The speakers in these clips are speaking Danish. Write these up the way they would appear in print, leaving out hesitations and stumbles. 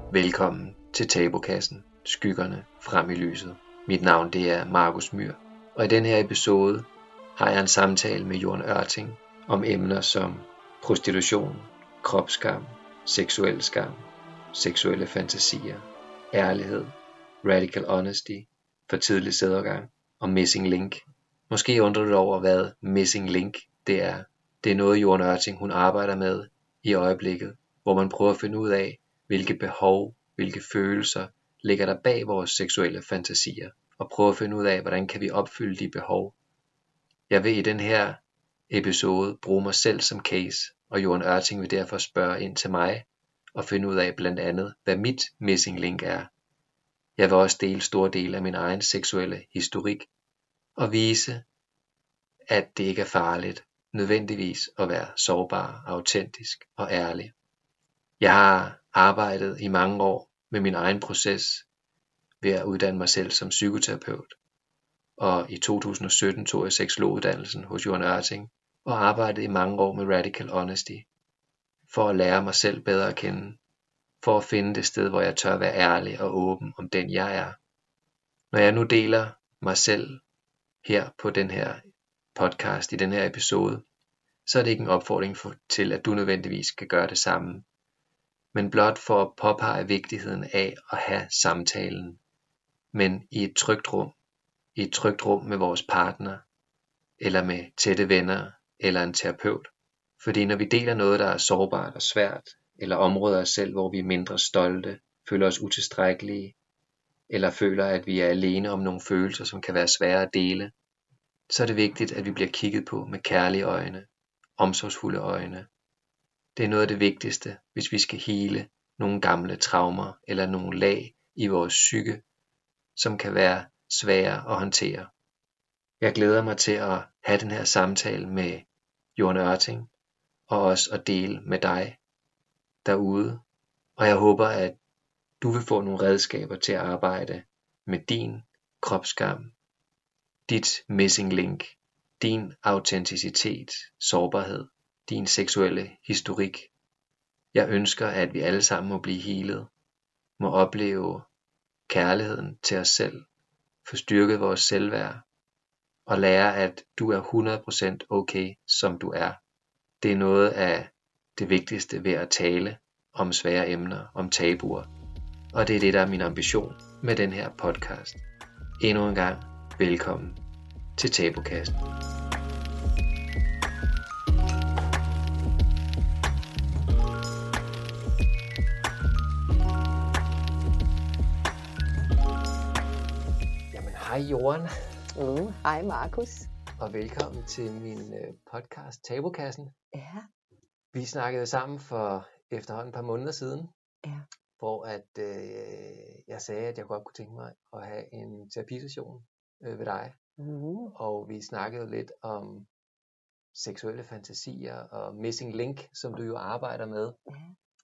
Velkommen til Tabukassen, skyggerne frem i lyset. Mit navn det er Markus Myhr, og i den her episode har jeg en samtale med Jørn Ørting om emner som prostitution, kropsskam, seksuel skam, seksuelle fantasier, ærlighed, radical honesty, for tidlig sædorgang og missing link. Måske undrer du dig over, hvad missing link det er. Det er noget Jørn Ørting hun arbejder med i øjeblikket, hvor man prøver at finde ud af, hvilke behov, hvilke følelser ligger der bag vores seksuelle fantasier, og prøve at finde ud af, hvordan kan vi opfylde de behov. Jeg vil i den her episode bruge mig selv som case, og Jørn Ørting vil derfor spørge ind til mig, og finde ud af blandt andet, hvad mit missing link er. Jeg vil også dele store dele af min egen seksuelle historik, og vise, at det ikke er farligt, nødvendigvis at være sårbar, autentisk og ærlig. Jeg har arbejdet i mange år med min egen proces ved at uddanne mig selv som psykoterapeut. Og i 2017 tog jeg seksologuddannelsen hos Jørn Ørting og arbejdede i mange år med radical honesty. For at lære mig selv bedre at kende. For at finde det sted, hvor jeg tør være ærlig og åben om den jeg er. Når jeg nu deler mig selv her på den her podcast, i den her episode, så er det ikke en opfordring til, at du nødvendigvis skal gøre det samme. Men blot for at påpege vigtigheden af at have samtalen, men i et trygt rum. I et trygt rum med vores partner, eller med tætte venner, eller en terapeut. Fordi når vi deler noget, der er sårbart og svært, eller områder af os selv, hvor vi er mindre stolte, føler os utilstrækkelige, eller føler, at vi er alene om nogle følelser, som kan være svære at dele, så er det vigtigt, at vi bliver kigget på med kærlige øjne, omsorgsfulde øjne. Det er noget af det vigtigste, hvis vi skal hele nogle gamle traumer, eller nogle lag i vores psyke, som kan være svære at håndtere. Jeg glæder mig til at have den her samtale med Jørn Ørting, og også at dele med dig derude. Og jeg håber, at du vil få nogle redskaber til at arbejde med din kropsskam, dit missing link, din autenticitet, sårbarhed, din seksuelle historik. Jeg ønsker, at vi alle sammen må blive healet, må opleve kærligheden til os selv, få styrket vores selvværd, og lære, at du er 100% okay, som du er. Det er noget af det vigtigste ved at tale om svære emner, om tabuer. Og det er det, der er min ambition med den her podcast. Endnu en gang, velkommen til Tabukassen. Jamen, hej Jørn. Hej Markus. Og velkommen til min podcast Tabukassen. Ja. Vi snakkede sammen for efterhånden et par måneder siden, Ja. hvor at jeg sagde, at jeg godt kunne tænke mig at have en terapisession ved dig. Og vi snakkede lidt om seksuelle fantasier og missing link, som du jo arbejder med. Ja.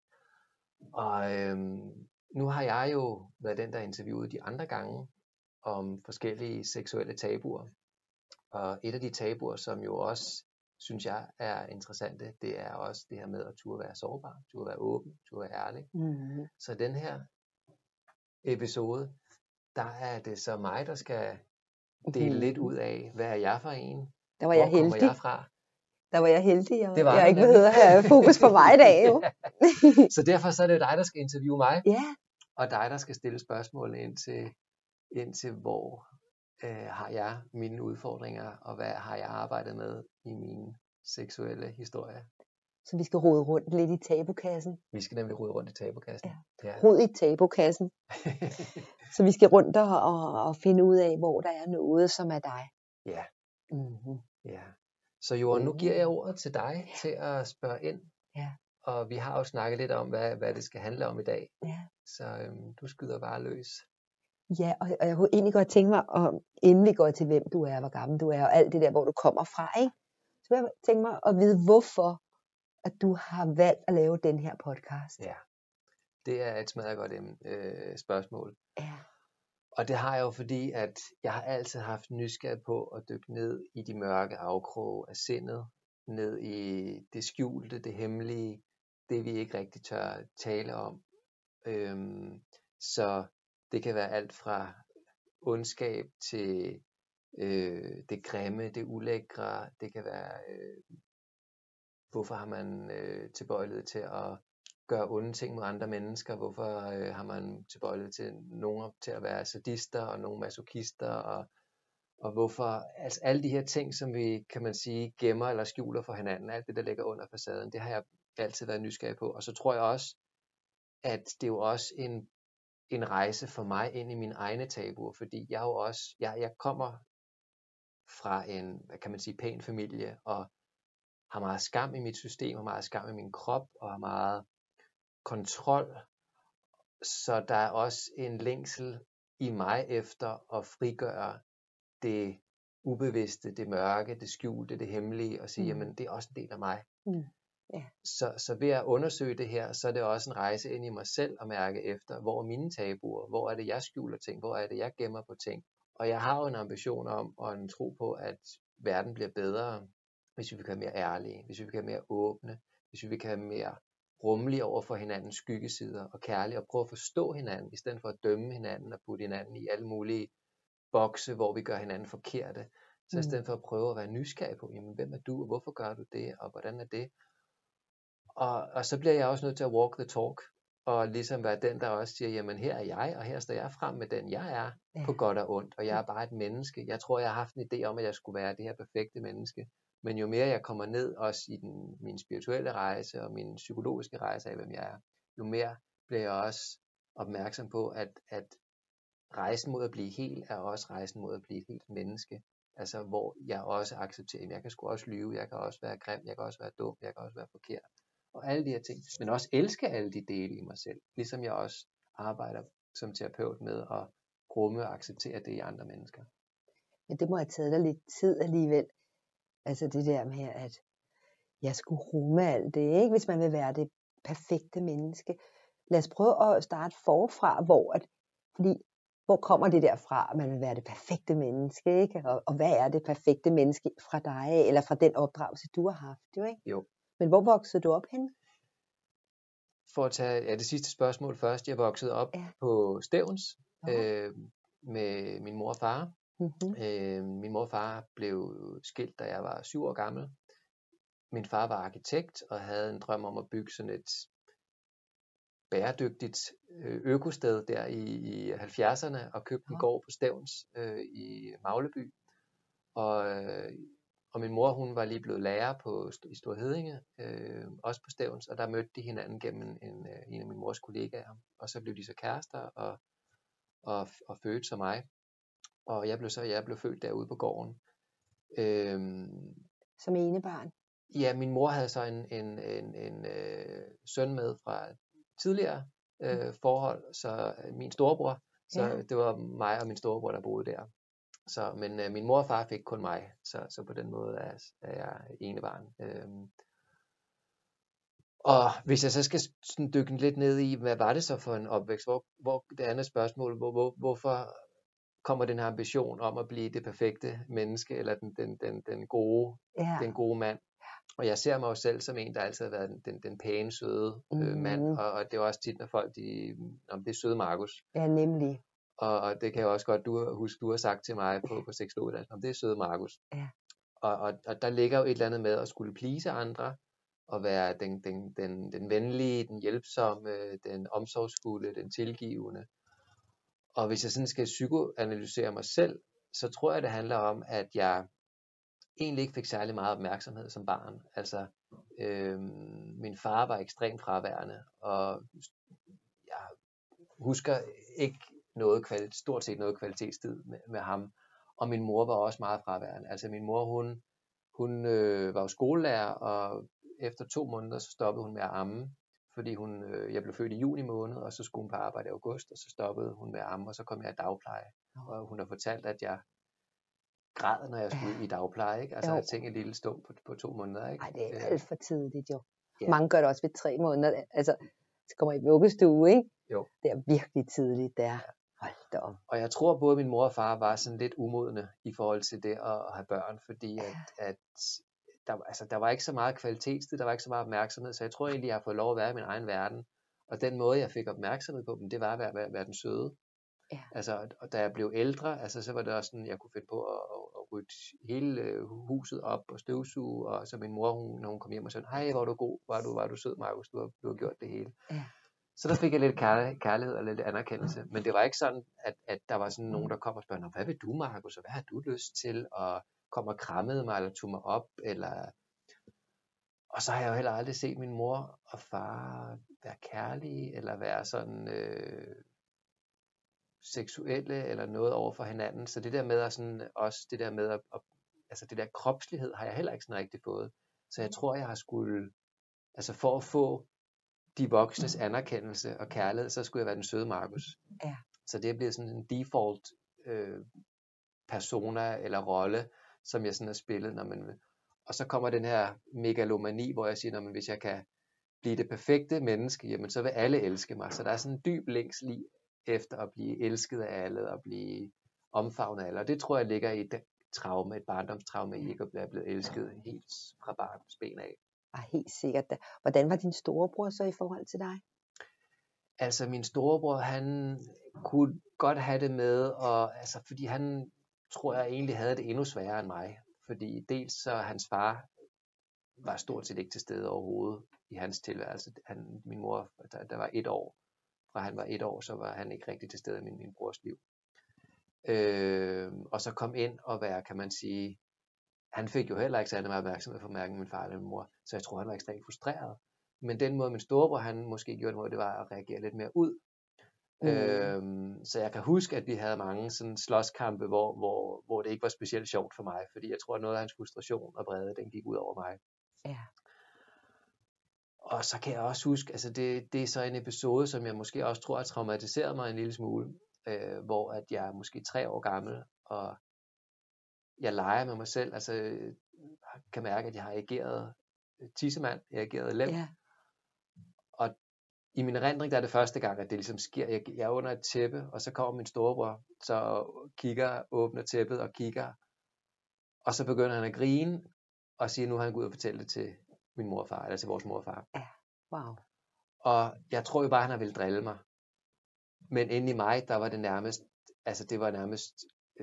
Og nu har jeg jo været den, der interviewede de andre gange om forskellige seksuelle tabuer. Og et af de tabuer, som jo også, synes jeg, er interessante, det er også det her med at turde være sårbar, turde være åben, turde være ærlig. Så den her episode, der er det så mig, der skal dele lidt ud af, hvad er jeg for en? Der var jeg heldig. Hvor kommer jeg fra? Der var jeg heldig. Jeg var ikke ved at have fokus på mig i dag. Jo. Så derfor så er det jo dig, der skal interviewe mig. Ja. Og dig, der skal stille spørgsmålene ind til hvor har jeg mine udfordringer, og hvad har jeg arbejdet med i min seksuelle historie. Så vi skal rode rundt lidt i tabukassen. Vi skal nemlig rode rundt i tabukassen. Ja. Rod i tabukassen. Så vi skal rundt og finde ud af, hvor der er noget, som er dig. Ja. Ja. Så Jørn, nu giver jeg ordet til dig til at spørge ind. Ja. Og vi har jo snakket lidt om, hvad det skal handle om i dag. Ja. Så du skyder bare løs. Ja, og jeg kunne egentlig godt tænke mig, og inden vi går til hvem du er, hvor gammel du er, og alt det der, hvor du kommer fra, ikke? Så vil jeg tænke mig at vide, hvorfor at du har valgt at lave den her podcast. Ja, det er et smadret godt spørgsmål. Ja. Og det har jeg jo fordi, at jeg har altid haft nysgerrighed på at dykke ned i de mørke afkroge af sindet, ned i det skjulte, det hemmelige, det vi ikke rigtig tør tale om. Så det kan være alt fra ondskab til det grimme, det ulækre. Det kan være, hvorfor har man tilbøjelighed til at gøre onde ting mod andre mennesker? Hvorfor har man tilbøjelighed til nogen til at være sadister og nogle masochister? Og hvorfor, altså alle de her ting, som vi, kan man sige, gemmer eller skjuler for hinanden, alt det, der ligger under facaden, det har jeg altid været nysgerrig på. Og så tror jeg også, at det er jo også en rejse for mig ind i mine egne tabuer, fordi jeg jo også, jeg kommer fra en, hvad kan man sige, pæn familie, og har meget skam i mit system, har meget skam i min krop, og har meget kontrol. Så der er også en længsel i mig efter at frigøre det ubevidste, det mørke, det skjulte, det hemmelige, og sige, jamen det er også en del af mig. Ja. Så ved at undersøge det her, så er det også en rejse ind i mig selv at mærke efter, hvor er mine tabuer, hvor er det, jeg skjuler ting, hvor er det, jeg gemmer på ting. Og jeg har jo en ambition om, og en tro på, at verden bliver bedre, hvis vi kan være mere ærlige, hvis vi kan være mere åbne, hvis vi kan være mere rummelige over for hinandens skyggesider og kærlige, og prøve at forstå hinanden, i stedet for at dømme hinanden og putte hinanden i alle mulige bokse, hvor vi gør hinanden forkerte. Så i stedet for at prøve at være nysgerrig på, jamen, hvem er du, og hvorfor gør du det, og hvordan er det? Og så bliver jeg også nødt til at walk the talk, og ligesom være den, der også siger, jamen her er jeg, og her står jeg frem med den, jeg er, på godt og ondt, og jeg er bare et menneske. Jeg tror, jeg har haft en idé om, at jeg skulle være det her perfekte menneske, men jo mere jeg kommer ned, også i min spirituelle rejse, og min psykologiske rejse af, hvem jeg er, jo mere bliver jeg også opmærksom på, at rejsen mod at blive hel, er også rejsen mod at blive et helt menneske. Altså, hvor jeg også accepterer, at jeg kan sgu også lyve, jeg kan også være grim, jeg kan også være dum, jeg kan også være forkert. Og alle de her ting. Men også elske alle de dele i mig selv. Ligesom jeg også arbejder som terapeut med at rumme og acceptere det i andre mennesker. Men det må have taget dig lidt tid alligevel. Altså det der med, at jeg skulle rumme alt det, ikke? Hvis man vil være det perfekte menneske. Lad os prøve at starte forfra, hvor kommer det derfra, at man vil være det perfekte menneske, ikke? Og hvad er det perfekte menneske fra dig, eller fra den opdragelse, du har haft, jo, ikke? Jo. Men hvor voksede du op henne? For at tage det sidste spørgsmål først. Jeg voksede op på Stevns med min mor og far. Min mor og far blev skilt, da jeg var 7 år gammel. Min far var arkitekt og havde en drøm om at bygge sådan et bæredygtigt økosted der i 70'erne, og købte en gård på Stevns i Magleby. Og min mor, hun var lige blevet lærer i Store Heddinge, også på Stevns, og der mødte de hinanden gennem en af min mors kollegaer, og så blev de så kærester og fødte som mig. Og jeg blev født derude på gården. Som enebarn? Ja, min mor havde så en søn med fra tidligere forhold, så min storebror, det var mig og min storebror, der boede der. Men min mor og far fik kun mig, så på den måde er jeg enebarn. Og hvis jeg så skal sådan dykke lidt ned i, hvad var det så for en opvækst, hvor det andet spørgsmål, hvorfor kommer den her ambition om at blive det perfekte menneske, eller den gode mand. Og jeg ser mig jo selv som en, der altid har været den pæne, søde mand, og det er også tit, når folk, det er søde Markus. Ja, nemlig. Og det kan jeg også godt du har sagt til mig på seksologuddannelsen, om det er søde Markus. Ja. Og der ligger jo et eller andet med at skulle please andre, og være den venlige, den hjælpsomme, den omsorgsfulde, den tilgivende. Og hvis jeg sådan skal psykoanalysere mig selv, så tror jeg, det handler om, at jeg egentlig ikke fik særlig meget opmærksomhed som barn. Altså, min far var ekstremt fraværende, og jeg husker ikke stort set noget kvalitetstid med ham. Og min mor var også meget fraværende. Altså min mor, hun var jo skolelærer, og efter 2 måneder, så stoppede hun med at amme, fordi jeg blev født i juni måned, og så skulle hun på arbejde i august, og så stoppede hun med at amme, og så kom jeg i dagpleje. Og hun har fortalt, at jeg græd, når jeg skulle i dagpleje, ikke? Altså jeg tænkte en lille stund på 2 måneder, ikke? Nej, det er alt for tidligt jo. Ja. Mange gør det også ved 3 måneder, altså så kommer i vuggestue, ikke? Jo. Det er virkelig tidligt, der. Hold da op. Og jeg tror, både min mor og far var sådan lidt umodne i forhold til det at have børn, fordi at der var ikke så meget kvalitetstid, der var ikke så meget opmærksomhed, så jeg tror egentlig, jeg har fået lov at være i min egen verden. Og den måde, jeg fik opmærksomhed på dem, det var at være den søde. Ja. Altså, og da jeg blev ældre, altså, så var det også sådan, jeg kunne finde på at rydde hele huset op og støvsuge, og så min mor, når hun kom hjem og sagde, hej, hvor er du god, var du sød, Markus, du har gjort det hele. Ja. Så der fik jeg lidt kærlighed og lidt anerkendelse, men det var ikke sådan, at der var sådan nogen, der kom og spurgte, hvad vil du, Markus, og hvad har du lyst til, og kom og krammede mig, eller tog mig op, eller... Og så har jeg jo heller aldrig set min mor og far være kærlige, eller være sådan seksuelle, eller noget over for hinanden. Så det der med at sådan, også det der med at altså det der kropslighed, har jeg heller ikke sådan rigtig fået. Så jeg tror, jeg har skulle, altså for at få de voksnes anerkendelse og kærlighed, så skulle jeg være den søde Markus. Ja. Så det er blevet sådan en default persona eller rolle, som jeg sådan har spillet, når man... Og så kommer den her megalomani, hvor jeg siger, hvis jeg kan blive det perfekte menneske, jamen så vil alle elske mig. Så der er sådan en dyb længsel efter at blive elsket af alle, og blive omfavnet af alle. Og det tror jeg ligger i et traume, et barndomstraume, i ikke at blive blevet elsket helt fra barns ben af. Helt sikkert. Hvordan var din storebror så i forhold til dig? Altså min storebror, han kunne godt have det med, og, altså, fordi han, tror jeg, egentlig havde det endnu sværere end mig. Fordi dels så hans far var stort set ikke til stede overhovedet i hans tilværelse. Min mor, der var 1 år. Fra han var 1 år, så var han ikke rigtig til stede i min brors liv. Og så kom ind og være, kan man sige, han fik jo heller ikke særlig meget opmærksomhed fra hverken min far eller min mor, så jeg tror, han var ekstremt frustreret. Men den måde, min storebror, han måske gjorde det var at reagere lidt mere ud. Så jeg kan huske, at vi havde mange sådan slåskampe, hvor det ikke var specielt sjovt for mig, fordi jeg tror, at noget af hans frustration og vrede, den gik ud over mig. Ja. Og så kan jeg også huske, altså det er så en episode, som jeg måske også tror har traumatiseret mig en lille smule, hvor at jeg er måske 3 år gammel, og jeg leger med mig selv, altså kan mærke, at jeg har ageret tissemand, jeg har ageret lem. Ja. Og i min erindring, der er det første gang, at det ligesom sker. Jeg er under et tæppe, og så kommer min storebror, så åbner tæppet og kigger, og så begynder han at grine, og siger, nu har han gået ud og fortælle det til min mor og far, eller til vores mor og far. Ja, wow. Og jeg tror jo bare, han har ville drille mig. Men inde i mig, der var det nærmest, altså det var nærmest,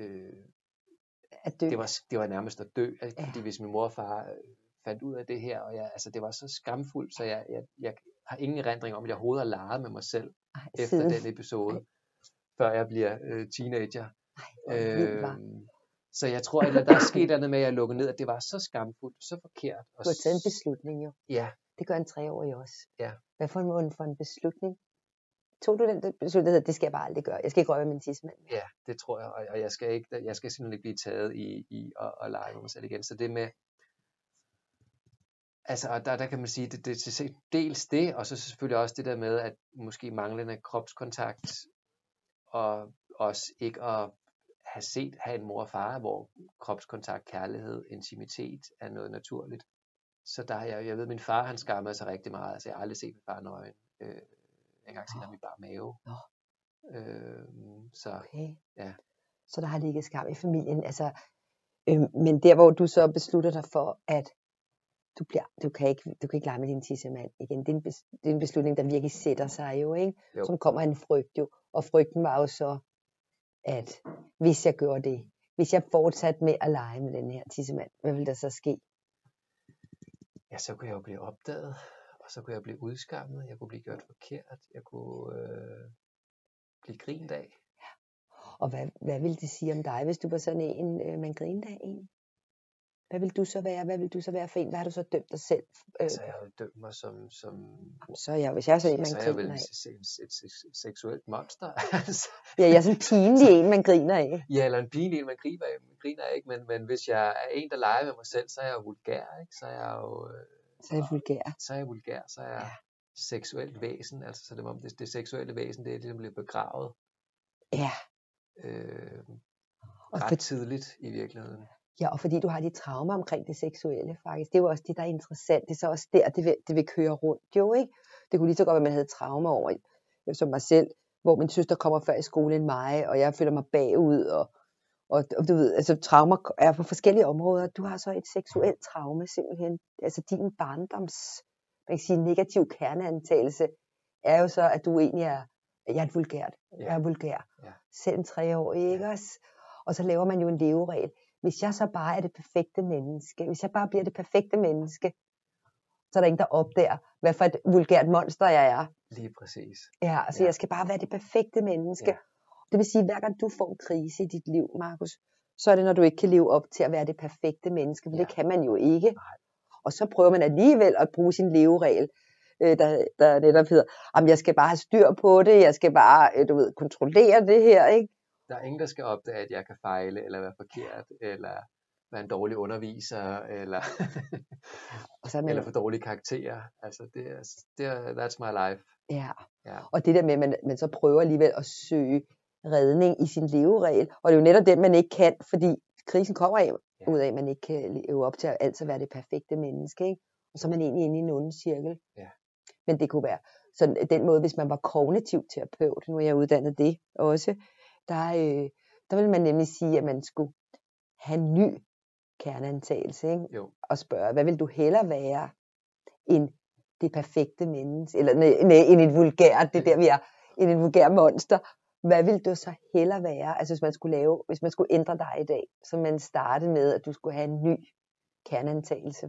at dø. Det var nærmest at dø, fordi hvis min mor og far fandt ud af det her, og altså det var så skamfuldt, så jeg har ingen erindring om, at jeg overhovedet har leget med mig selv efter den episode, før jeg bliver teenager. Så jeg tror, at der er sket noget med, at jeg lukkede ned, at det var så skamfuldt, så forkert. Du har taget en beslutning jo. Ja. Det gør en 3-årig også. Ja. Hvad for en beslutning? Tog du den beslutning, at det skal jeg bare aldrig gøre? Jeg skal ikke røre med min tidsmand. Ja, det tror jeg, og jeg skal simpelthen ikke blive taget i at lege med mig selv igen. Så det med, altså, og der kan man sige, det dels det, og så selvfølgelig også det der med, at måske manglende kropskontakt, og også ikke at have en mor og far, hvor kropskontakt, kærlighed, intimitet er noget naturligt. Så der jeg ved, min far, han skammede sig rigtig meget, altså jeg har aldrig set min far nøgen. En gang set ham i bare mave. Så, okay. Ja. Så der har ligget skam i familien, altså, men der hvor du så beslutter dig for, at du kan ikke lege med din tissemand igen, det er en beslutning, der virkelig sætter sig jo, ikke? Jo. Som kommer en frygt jo, og frygten var jo så, at hvis jeg gør det, hvis jeg fortsatte med at lege med den her tissemand, hvad vil der så ske? Ja, så kunne jeg jo blive opdaget, og så kunne jeg blive udskammet, jeg kunne blive gjort forkert, jeg kunne blive grint af. Ja. Og hvad vil det sige om dig, hvis du var sådan en, man grinede af en? Hvad vil du så være? Hvad vil du så være for en? Hvad har du så dømt dig selv? Altså, jeg har dømt mig som så hvis jeg er sådan en, man så griner af. Så er jeg vel et seksuelt monster. Ja, jeg er sådan en pinlig en, man griner af. Ja, eller en pinlig en, man griner af, ikke? Men hvis jeg er en, der leger med mig selv, så er jeg jo vulgær, ikke? Så er jeg jo... Så er jeg vulgær. Så er jeg seksuelt væsen. Altså, så det seksuelle væsen, det er ligesom blevet begravet. Ja. Ret tidligt i virkeligheden. Ja, og fordi du har de traumer omkring det seksuelle faktisk. Det er jo også det, der er interessant. Det er så også der, det vil køre rundt jo, ikke? Det kunne lige så godt være, at man havde traumer over, som mig selv, hvor min søster kommer før i skole end mig, og jeg føler mig bagud, og du ved, altså traumer er på forskellige områder. Du har så et seksuelt traume simpelthen. Altså din barndoms, man kan sige, negativ kerneantagelse er jo så, at du egentlig er, jeg er vulgært. Ja. Jeg er vulgær. Ja. Selv en 3-årig, ikke også? Og så laver man jo en leveregel. Hvis jeg så bare er det perfekte menneske, hvis jeg bare bliver det perfekte menneske, så er der ingen, der opdager, hvad for et vulgært monster jeg er. Lige præcis. Ja, altså jeg skal bare være det perfekte menneske. Ja. Det vil sige, hver gang du får en krise i dit liv, Markus, så er det, når du ikke kan leve op til at være det perfekte menneske, for det kan man jo ikke. Nej. Og så prøver man alligevel at bruge sin leveregel, der netop hedder, at jeg skal bare have styr på det, jeg skal bare, kontrollere det her, ikke? Der er ingen, der skal opdage, at jeg kan fejle, eller være forkert, eller være en dårlig underviser, eller, eller for dårlige karakterer. Altså, that's my life. Ja. Ja. Og det der med, at man så prøver alligevel at søge redning i sin leveregel, og det er jo netop den, man ikke kan, fordi krisen kommer ud af, at man ikke kan leve op til at altid være det perfekte menneske, ikke? Og så er man egentlig inde i en ond cirkel. Ja. Men det kunne være sådan den måde, hvis man var kognitiv terapeut, nu er jeg uddannet det også, der vil man nemlig sige, at man skulle have en ny kerneantagelse, ikke? Jo. Og spørge, hvad vil du hellere være end det perfekte menneske, eller end et vulgært, det der vi er, end et vulgært monster. Hvad vil du så hellere være? Altså hvis man skulle ændre dig i dag, så man startede med, at du skulle have en ny kerneantagelse.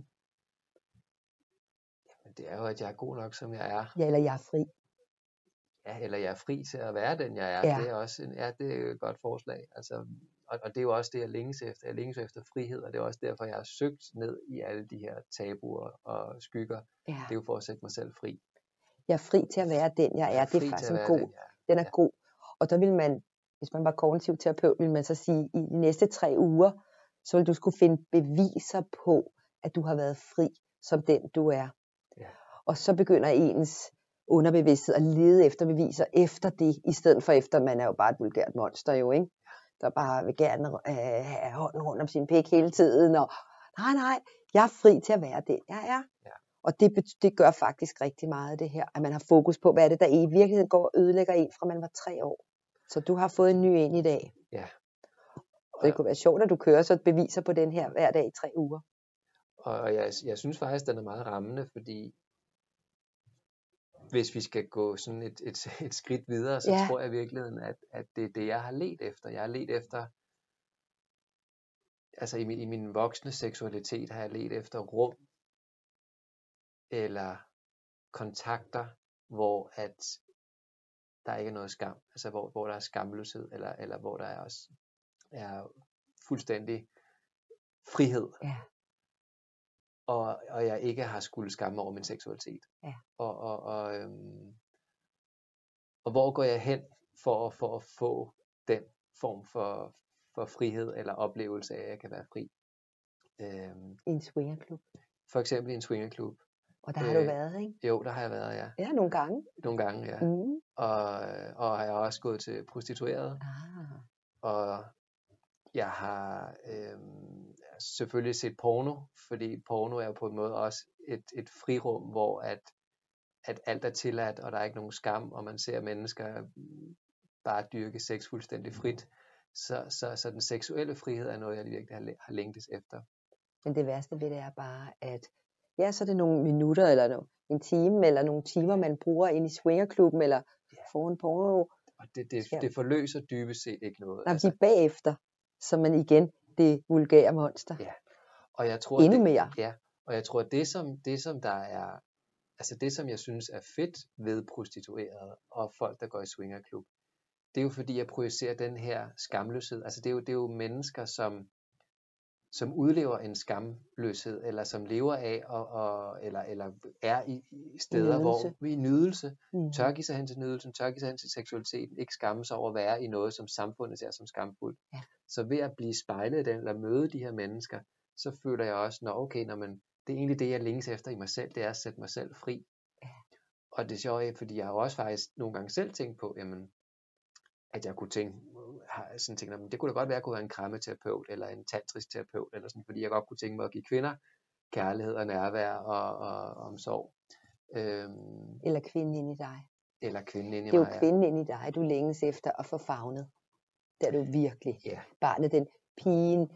Jamen, det er jo, at jeg er god nok, som jeg er. Ja, eller jeg er fri. Ja, eller jeg er fri til at være den, jeg er. Ja. Det er også det er et godt forslag. Altså, og det er jo også det, jeg længes efter. Jeg længes efter frihed, og det er også derfor, jeg har søgt ned i alle de her tabuer og skygger. Ja. Det er jo for at sætte mig selv fri. Jeg er fri til at være den, jeg er. Det er faktisk en god. Den er god. Og så vil man, hvis man var kognitiv terapeut, vil man så sige, i de næste 3 uger, så vil du skulle finde beviser på, at du har været fri som den, du er. Ja. Og så begynder ens underbevidsthed at lede efter beviser efter det, i stedet for efter, man er jo bare et vulgært monster jo, ikke? Der bare vil gerne have hånden rundt om sin pik hele tiden, og nej, jeg er fri til at være den, jeg er. Ja. Og det gør faktisk rigtig meget det her, at man har fokus på, hvad er det, der i virkeligheden går og ødelægger en, fra man var 3 år. Så du har fået en ny en i dag. Ja. Og det kunne være sjovt, at du kører så beviser på den her hver dag i 3 uger. Og jeg synes faktisk, den er meget rammende, fordi hvis vi skal gå sådan et skridt videre, så tror jeg i virkeligheden, at det er det, jeg har ledt efter. Jeg har ledt efter, altså i min voksne seksualitet har jeg ledt efter rum, eller kontakter, hvor at der ikke er noget skam, altså hvor der er skamløshed, eller hvor der også er fuldstændig frihed. Ja. Og jeg ikke har skulle skamme over min seksualitet. Ja. Og hvor går jeg hen for at få den form for frihed eller oplevelse af, at jeg kan være fri? I en swingerklub. For eksempel i en swingerklub. Og der har du været, ikke? Jo, der har jeg været, ja. Ja, nogle gange. Nogle gange, ja. Mm. Og har jeg også gået til prostituerede. Og jeg har selvfølgelig set porno, fordi porno er jo på en måde også et frirum, hvor at alt er tilladt, og der er ikke nogen skam, og man ser mennesker bare dyrke sex fuldstændig frit. Så den seksuelle frihed er noget, jeg virkelig har længtes efter. Men det værste ved det er bare, at så er det nogle minutter, eller en time, eller nogle timer, man bruger ind i swingerklubben, eller foran porno. Og det forløser dybest set ikke noget. Nej, de bagefter, så man igen det vulgære monster. Ja. Og jeg tror, endnu mere. Ja, og jeg tror, at det som der er, altså det som jeg synes er fedt ved prostituerede og folk, der går i swingerklub, det er jo fordi, jeg projicerer den her skamløshed. Altså det er jo mennesker, som udlever en skamløshed, eller som lever af, eller er i steder, hvor vi i nydelse, tør give sig hen til nydelsen, tør give sig hen til seksualiteten, ikke skamme sig over at være i noget, som samfundet ser som skamfuldt. Ja. Så ved at blive spejlet i den, eller møde de her mennesker, så føler jeg også, det er egentlig det, jeg længes efter i mig selv, det er at sætte mig selv fri. Ja. Og det er sjovt, fordi jeg har også faktisk nogle gange selv tænkt på, at jeg kunne tænke, det kunne da godt være, at jeg kunne være en krammeterapeut, eller en tantrisk terapeut, eller sådan, fordi jeg godt kunne tænke mig at give kvinder kærlighed og nærvær og omsorg. Eller kvinden ind i dig. Eller kvinden ind i mig. Det er jo kvinden ind i dig, du længes efter at få favnet. Det er du virkelig. Ja. Barnet, den pigen,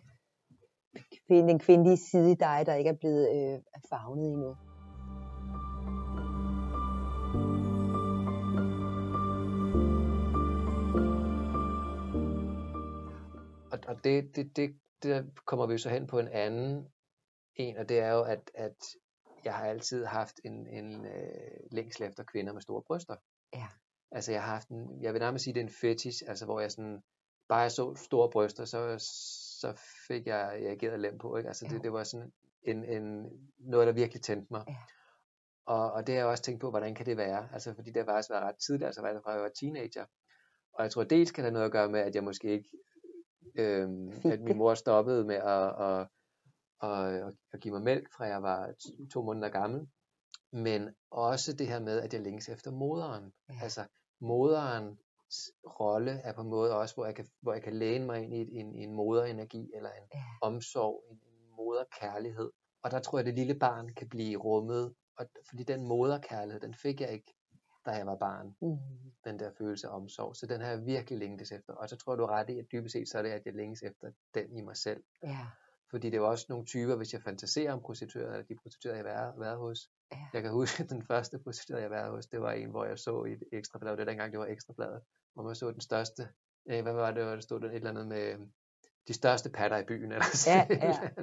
den kvindelige side i dig, der ikke er blevet favnet endnu. Og det kommer vi jo så hen på en anden en, og det er jo, at jeg har altid haft en længsel efter kvinder med store bryster. Ja. Altså jeg har haft jeg vil nærmest sige, det er en fetish, altså hvor jeg sådan, bare jeg så store bryster, så fik jeg reageret lem på, ikke? Altså det var sådan noget, der virkelig tændte mig. Ja. Og det har jeg også tænkt på, hvordan kan det være? Altså fordi det har faktisk været ret tidligt, altså fra jeg var teenager. Og jeg tror dels kan det have noget at gøre med, at jeg måske ikke, at min mor stoppede med at give mig mælk, fra jeg var 2 måneder gammel. Men også det her med, at jeg længes efter moderen. Ja. Altså moderens rolle er på en måde også, hvor jeg kan læne mig ind i en moderenergi, eller en omsorg, en moderkærlighed. Og der tror jeg, at det lille barn kan blive rummet. Og fordi den moderkærlighed, den fik jeg ikke, da jeg var barn. Den der følelse af omsorg. Så den har jeg virkelig længtes efter. Og så tror jeg, du er ret i, at dybest set så er det, at jeg længes efter den i mig selv. Ja. Fordi det er jo også nogle typer, hvis jeg fantaserer om prostituerede, eller de prostituerede, jeg har været hos. Ja. Jeg kan huske, at den første prostituerede, jeg har været hos, det var en, hvor jeg så i et ekstrablad. Det var dengang, det var ekstrabladet. Hvor man så den største, hvad var det, der stod der et eller andet med de største patter i byen. Eller sådan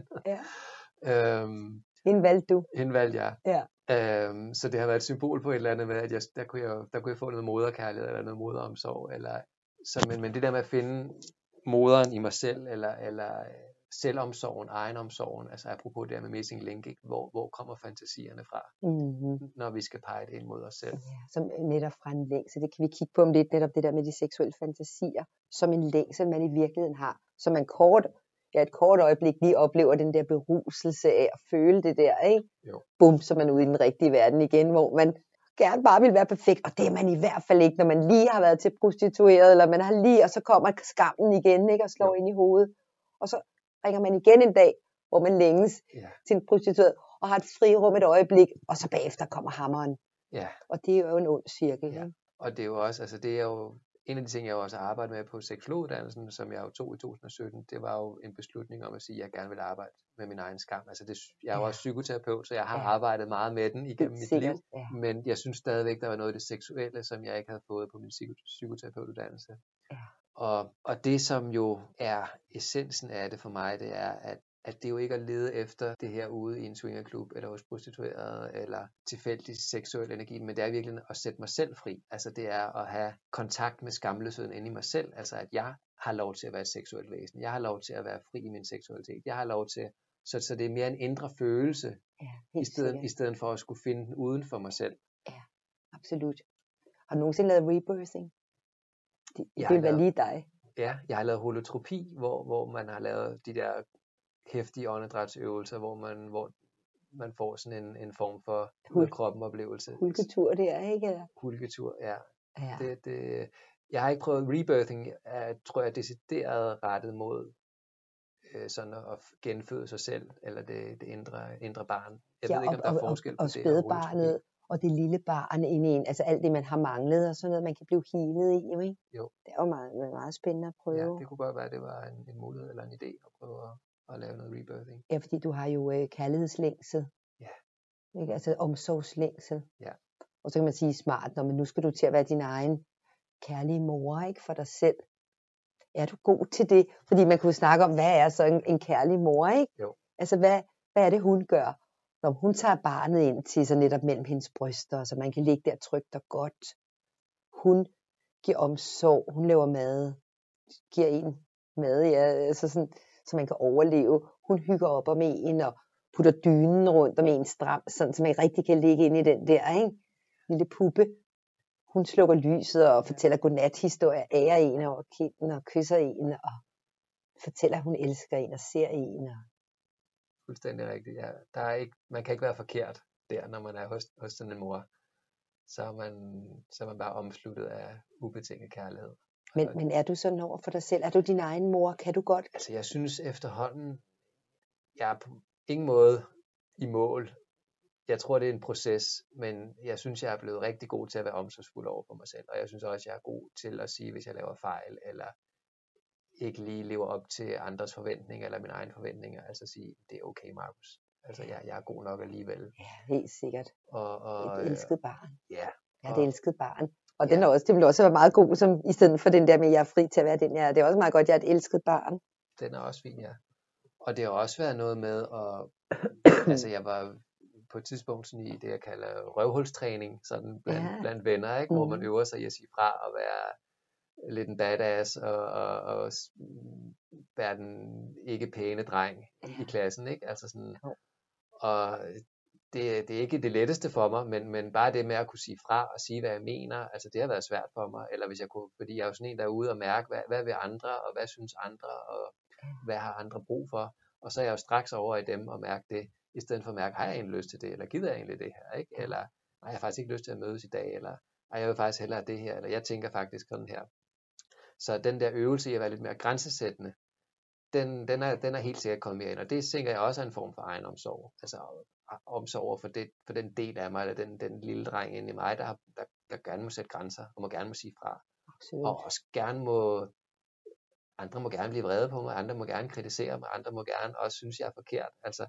ja. Hende valgte du. Hende valgte jeg. Ja. Så det har været et symbol på et eller andet med, at der kunne jeg få noget moderkærlighed, eller noget moderomsorg. Men det der med at finde moderen i mig selv, eller selvomsorgen, egenomsorgen, altså apropos det her med missing link, ikke? Hvor kommer fantasierne fra, når vi skal pege det ind mod os selv? Ja, som netop fra en længsel, det kan vi kigge på om lidt, netop det der med de seksuelle fantasier, som en længsel, man i virkeligheden har, så man et kort øjeblik lige oplever den der beruselse af at føle det der, ikke? Jo. Bum, så er man ude i den rigtige verden igen, hvor man gerne bare vil være perfekt, og det er man i hvert fald ikke, når man lige har været til prostitueret, eller man har lige, og så kommer skammen igen, ikke, og slår ind i hovedet, og så ringer man igen en dag, hvor man længes til en prostitueret, og har et frirum et øjeblik, og så bagefter kommer hammeren. Ja. Og det er jo en ond cirkel. Ja. Og det er jo også, altså det er jo, en af de ting, jeg også har arbejdet med på seksologuddannelsen, som jeg jo tog i 2017, det var jo en beslutning om at sige, at jeg gerne vil arbejde med min egen skam. Altså jeg er jo også psykoterapeut, så jeg har arbejdet meget med den igennem mit liv. Ja. Men jeg synes stadigvæk, der var noget af det seksuelle, som jeg ikke havde fået på min psykoterapeutuddannelse. Ja. Og det, som jo er essensen af det for mig, det er, at det jo ikke er at lede efter det her ude i en swingerklub, eller hos prostituerede, eller tilfældig seksuel energi, men det er virkelig at sætte mig selv fri. Altså det er at have kontakt med skamløsheden inde i mig selv, altså at jeg har lov til at være et seksuelt væsen, jeg har lov til at være fri i min seksualitet, jeg har lov til, så det er mere en indre følelse, i stedet for at skulle finde den uden for mig selv. Ja, absolut. Har du nogensinde lavet rebirthing? Det vil være lige dig. Ja, jeg har lavet holotropi, hvor man har lavet de der hæftige åndedrætsøvelser, hvor man får sådan en form for kroppen oplevelse. Hulketur der, ikke? Hulketur, ja. Jeg har ikke prøvet rebirthing, tror jeg er decideret rettet mod sådan at genføde sig selv, eller det indre barn. Jeg ved ikke, om der er forskel på og det. Og spædbarnet, og det lille barn inde i en, altså alt det, man har manglet, og sådan noget, man kan blive healet i, jo, ikke? Jo. Det er jo meget, meget spændende at prøve. Ja, det kunne godt være, at det var en mulighed eller en idé at prøve at lave noget rebirthing. Ja, fordi du har jo kærlighedslængsel. Ja. Ikke? Altså omsorgslængsel. Ja. Og så kan man sige smart, men nu skal du til at være din egen kærlige mor, ikke, for dig selv. Er du god til det? Fordi man kunne snakke om, hvad er så en kærlig mor, ikke? Jo. Altså, hvad er det, hun gør? Når hun tager barnet ind til sig netop mellem hendes bryster, så man kan ligge der trygt og godt. Hun giver omsorg, hun laver mad, giver en mad, ja, altså sådan, så man kan overleve. Hun hygger op om en og putter dynen rundt om en stram, sådan, så man rigtig kan ligge ind i den der, ikke? Lille puppe. Hun slukker lyset og fortæller godnathistorier, ærer en over kinden og kysser en og fortæller, at hun elsker en og ser en. Fuldstændig rigtigt, ja. Man kan ikke være forkert der, når man er hos sådan en mor. Så er man bare omsluttet af ubetinget kærlighed. Men er du sådan over for dig selv? Er du din egen mor? Kan du godt? Altså jeg synes efterhånden, jeg er på ingen måde i mål. Jeg tror, det er en proces, men jeg synes, jeg er blevet rigtig god til at være omsorgsfuld over for mig selv. Og jeg synes også, jeg er god til at sige, hvis jeg laver fejl, eller ikke lige lever op til andres forventninger, eller mine egne forventninger. Altså sige, det er okay, Markus. Altså jeg er god nok alligevel. Ja, helt sikkert. Og et elsket barn. Ja. Ja, det er elsket barn. Og det vil også være meget god, som, i stedet for den der med, at jeg er fri til at være den, jeg er. Det er også meget godt, at jeg er et elsket barn. den er også fin, ja. Og det har også været noget med at, altså jeg var på et tidspunkt sådan i det, jeg kalder røvhulstræning, sådan blandt venner, ikke? Hvor man øver sig i at sige fra og være lidt en badass og være den ikke pæne dreng i klassen, ikke? Altså sådan, og det er ikke det letteste for mig, men bare det med at kunne sige fra og sige, hvad jeg mener, altså det har været svært for mig, eller hvis jeg kunne, fordi jeg er jo sådan en, der er ude og mærke, hvad vil andre, og hvad synes andre, og hvad har andre brug for, og så er jeg jo straks over i dem og mærke det, i stedet for at mærke, har jeg egentlig lyst til det, eller gider jeg egentlig det her, ikke? Eller har jeg faktisk ikke lyst til at mødes i dag, eller jeg vil faktisk hellere det her, eller jeg tænker faktisk sådan her. Så den der øvelse i at være lidt mere grænsesættende, den er helt sikkert kommet mere ind, og det tænker jeg også er en form for egenomsorg, altså omsorg for den del af mig, eller den lille dreng inde i mig, der gerne må sætte grænser, og må gerne må sige fra. Absolut. Og også andre må gerne blive vrede på mig, andre må gerne kritisere mig, andre må gerne også synes, jeg er forkert, altså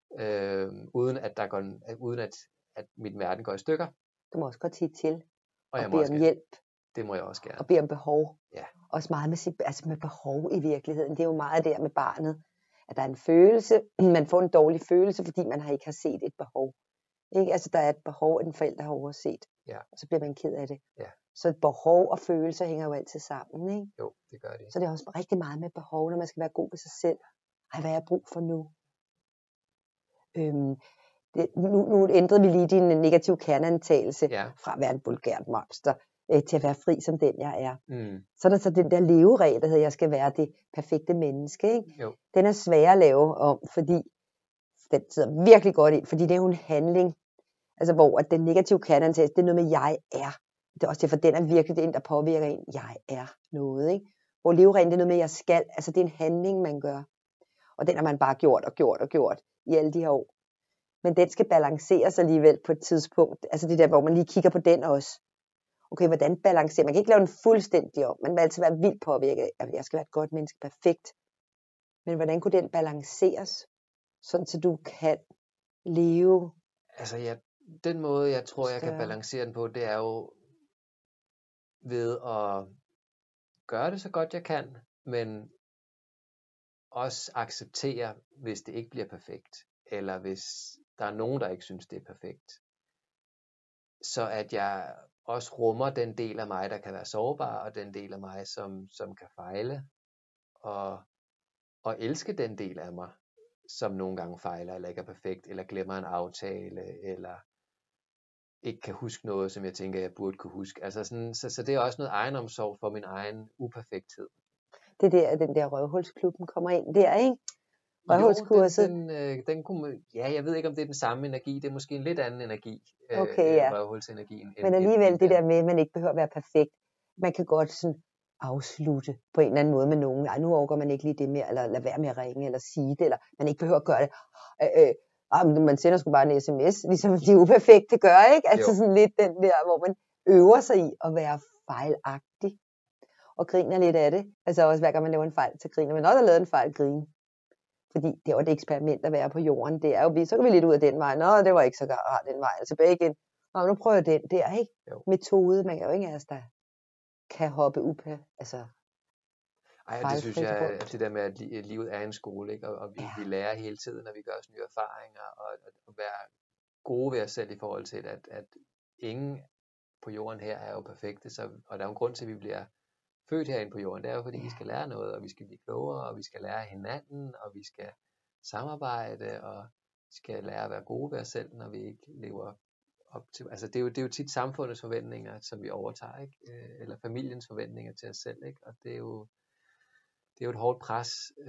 uden at min verden går i stykker. Du må også godt sige til, og bede om hjælp. Det må jeg også gerne. Og bede om behov. Ja. Også meget med behov i virkeligheden. Det er jo meget der med barnet, at der er en følelse, man får en dårlig følelse, fordi man ikke har set et behov. Ikke? Altså der er et behov, at en forælder har overset, og så bliver man ked af det. Ja. Så et behov og følelser hænger jo altid sammen. Ikke? Jo, det gør det. Så det er også rigtig meget med behov, når man skal være god ved sig selv. Hvad har jeg brug for nu? Nu ændrede vi lige din negative kerneantagelse fra at være en vulgært monster til at være fri som den jeg er. Så er der så den der leveregel, der hedder, jeg skal være det perfekte menneske. Ikke? Den er svær at lave om, fordi den sidder virkelig godt ind, fordi det er jo en handling, altså hvor at den negative kerneantagelse, det er noget med, jeg er. Det er også derfor, den er virkelig det, der påvirker en, jeg er noget. Ikke? Hvor levereglen, det er noget med, jeg skal, altså det er en handling, man gør. Og den har man bare gjort i alle de her år. Men den skal balanceres alligevel på et tidspunkt. Altså det der, hvor man lige kigger på den også. Okay, hvordan balancerer? Man kan ikke lave den fuldstændig om. Man vil altid være vildt påvirket. Jeg skal være et godt menneske, perfekt. Men hvordan kunne den balanceres? Sådan så du kan leve. Altså den måde, jeg tror, jeg kan balancere den på, det er jo ved at gøre det så godt jeg kan, men også acceptere, hvis det ikke bliver perfekt. Eller hvis der er nogen, der ikke synes, det er perfekt. Så at jeg også rummer den del af mig, der kan være sårbar, og den del af mig, som kan fejle. Og elske den del af mig, som nogle gange fejler, eller ikke er perfekt, eller glemmer en aftale, eller ikke kan huske noget, som jeg tænker, jeg burde kunne huske. Altså sådan, så det er også noget egenomsorg for min egen uperfekthed. Det er der, den der røvhulsklubben kommer ind der, ikke? Røvhulskurset. Den kunne, jeg ved ikke, om det er den samme energi. Det er måske en lidt anden energi. Røvhulsenergien. Men alligevel det der med, at man ikke behøver at være perfekt. Man kan godt sådan afslutte på en eller anden måde med nogen. Ej, nu overgår man ikke lige det mere, eller lade være med at ringe, eller sige det, eller man ikke behøver at gøre det. Man sender sgu bare en sms, ligesom de uperfekte gør, ikke? Altså sådan lidt den der, hvor man øver sig i at være fejlagtig. Og griner lidt af det. Altså også hver gang man laver en fejl, så griner man. Når der er lavet en fejl, grine. Fordi det er jo et eksperiment at være på jorden. Det er jo, så kan vi lidt ud af den vej. Nå, det var ikke så rart den vej. Tilbage igen. Nå, nu prøver jeg den der, ikke? Metode. Man kan jo ikke af os, der kan hoppe up. Altså, det synes jeg, at det der med, at livet er en skole, ikke? Og vi lærer hele tiden, når vi gør os nye erfaringer, og være gode ved os selv i forhold til, at ingen på jorden her er jo perfekte. Og der er jo en grund til, at vi bliver født herinde på jorden, det er jo fordi, vi skal lære noget, og vi skal blive klogere, og vi skal lære hinanden, og vi skal samarbejde, og vi skal lære at være gode ved os selv, når vi ikke lever op til. Altså det er jo tit samfundets forventninger, som vi overtager, ikke? Eller familiens forventninger til os selv, ikke? Og det er jo et hårdt pres.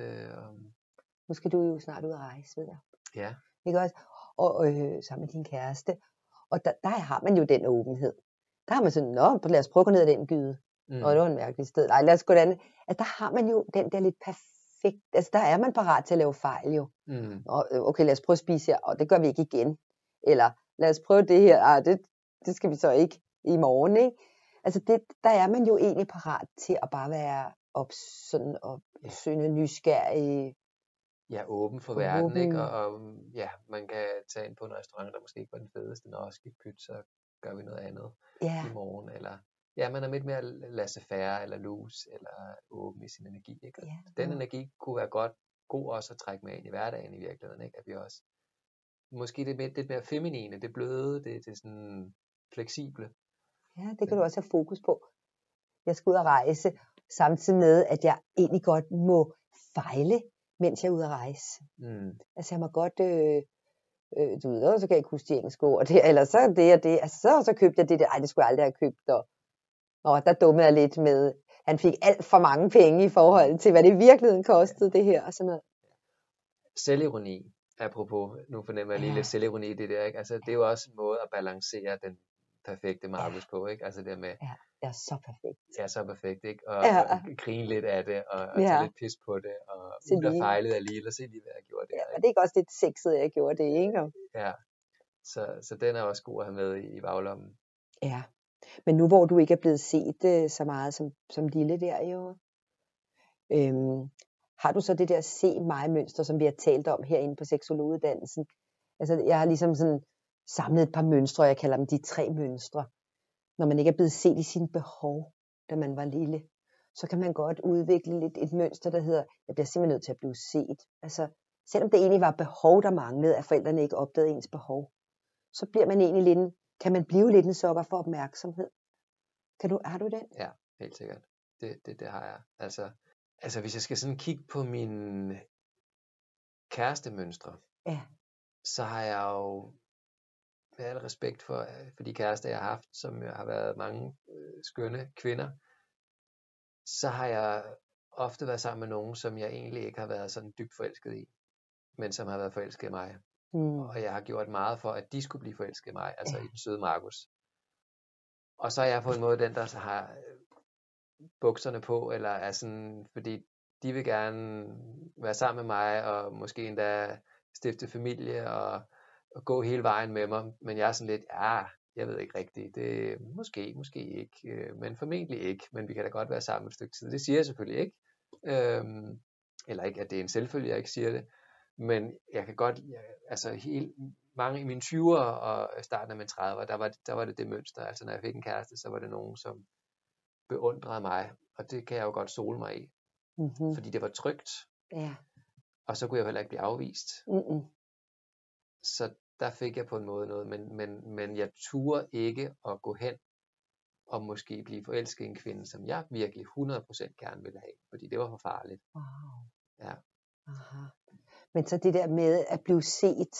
Nu skal du jo snart ud og rejse, ved jeg. Ja. Ikke også? Og sammen med din kæreste. Og der har man jo den åbenhed. Der har man sådan, lad os prøve at gå ned ad den gyde. Og det var en mærkelig sted. Nej, lad os gå derhen. Altså, der har man jo den der lidt perfekt. Altså, der er man parat til at lave fejl jo. Og, okay, lad os prøve at spise her. Og det gør vi ikke igen. Eller lad os prøve det her. Det skal vi så ikke i morgen, ikke? Altså, der er man jo egentlig parat til at bare være sådan opsøgende nysgerrig. Ja, åben for verden, ikke? Og man kan tage ind på en restaurant, der måske ikke var den fedeste, når også skidt pyt, så gør vi noget andet i morgen, eller Ja, man er lidt mere laissez-faire, eller loose, eller åben i sin energi, ikke? Og Ja, den energi kunne være god også at trække med ind i hverdagen i virkeligheden, ikke? At vi også, måske det mere feminine, det bløde, det sådan fleksible. ja, det kan du også have fokus på. Jeg skal ud og rejse, samtidig med, at jeg egentlig godt må fejle, mens jeg er ude at rejse. Altså jeg må godt, du ved, så kan jeg ikke huske de engelske ord der, eller så det og det, altså så købte jeg det der, det skulle jeg aldrig have købt, og der dummede jeg lidt med, han fik alt for mange penge i forhold til, hvad det i virkeligheden kostede det her, og sådan noget. Selvironi, apropos, nu fornemmer jeg lige lidt selvironi i det der, ikke? Altså det er jo også en måde at balancere den perfekte Marcus på, ikke? Altså det med, det er så perfekt. Ja, så perfekt, ikke? Og grine lidt af det, og tage lidt pis på det, og der fejlede jeg lige, og se lige, hvad jeg gjorde der. Ja, og det er ikke også lidt sexet, jeg gjorde det, ikke? Ja, så den er også god at have med i baglommen. Ja, men nu hvor du ikke er blevet set så meget som lille der jo, har du så det der se mig mønster, som vi har talt om herinde på seksologuddannelsen? Altså jeg har ligesom sådan samlet et par mønstre, og jeg kalder dem de 3 mønstre. Når man ikke er blevet set i sine behov, da man var lille, så kan man godt udvikle lidt et mønster, der hedder, jeg bliver simpelthen nødt til at blive set. Altså, selvom det egentlig var behov, der manglede, at forældrene ikke opdagede ens behov, så bliver man egentlig lidt, kan man blive lidt en sukker for opmærksomhed. Har du den? Ja, helt sikkert. Det har jeg. Altså hvis jeg skal sådan kigge på mine kærestemønstre, så har jeg jo med al respekt for de kærester, jeg har haft, som har været mange skønne kvinder, så har jeg ofte været sammen med nogen, som jeg egentlig ikke har været sådan dybt forelsket i, men som har været forelsket i mig. Og jeg har gjort meget for, at de skulle blive forelsket i mig, altså i den søde Marcus. Og så er jeg på en måde den, der har bukserne på, eller er sådan, fordi de vil gerne være sammen med mig, og måske endda stifte familie, og gå hele vejen med mig, men jeg er sådan lidt, jeg ved ikke rigtigt, det måske ikke, men formentlig ikke, men vi kan da godt være sammen et stykke tid. Det siger jeg selvfølgelig ikke, eller ikke, at det er en selvfølge, jeg ikke siger det, men jeg kan godt, mange i mine 20'ere og starten af mine 30'ere, der var det mønster, altså når jeg fik en kæreste, så var det nogen, som beundrede mig, og det kan jeg jo godt sole mig i, fordi det var trygt, og så kunne jeg heller ikke blive afvist. Så der fik jeg på en måde noget, men jeg turde ikke at gå hen og måske blive forelsket i en kvinde, som jeg virkelig 100% gerne ville have, fordi det var for farligt. Wow. Ja. Aha. Men så det der med at blive set,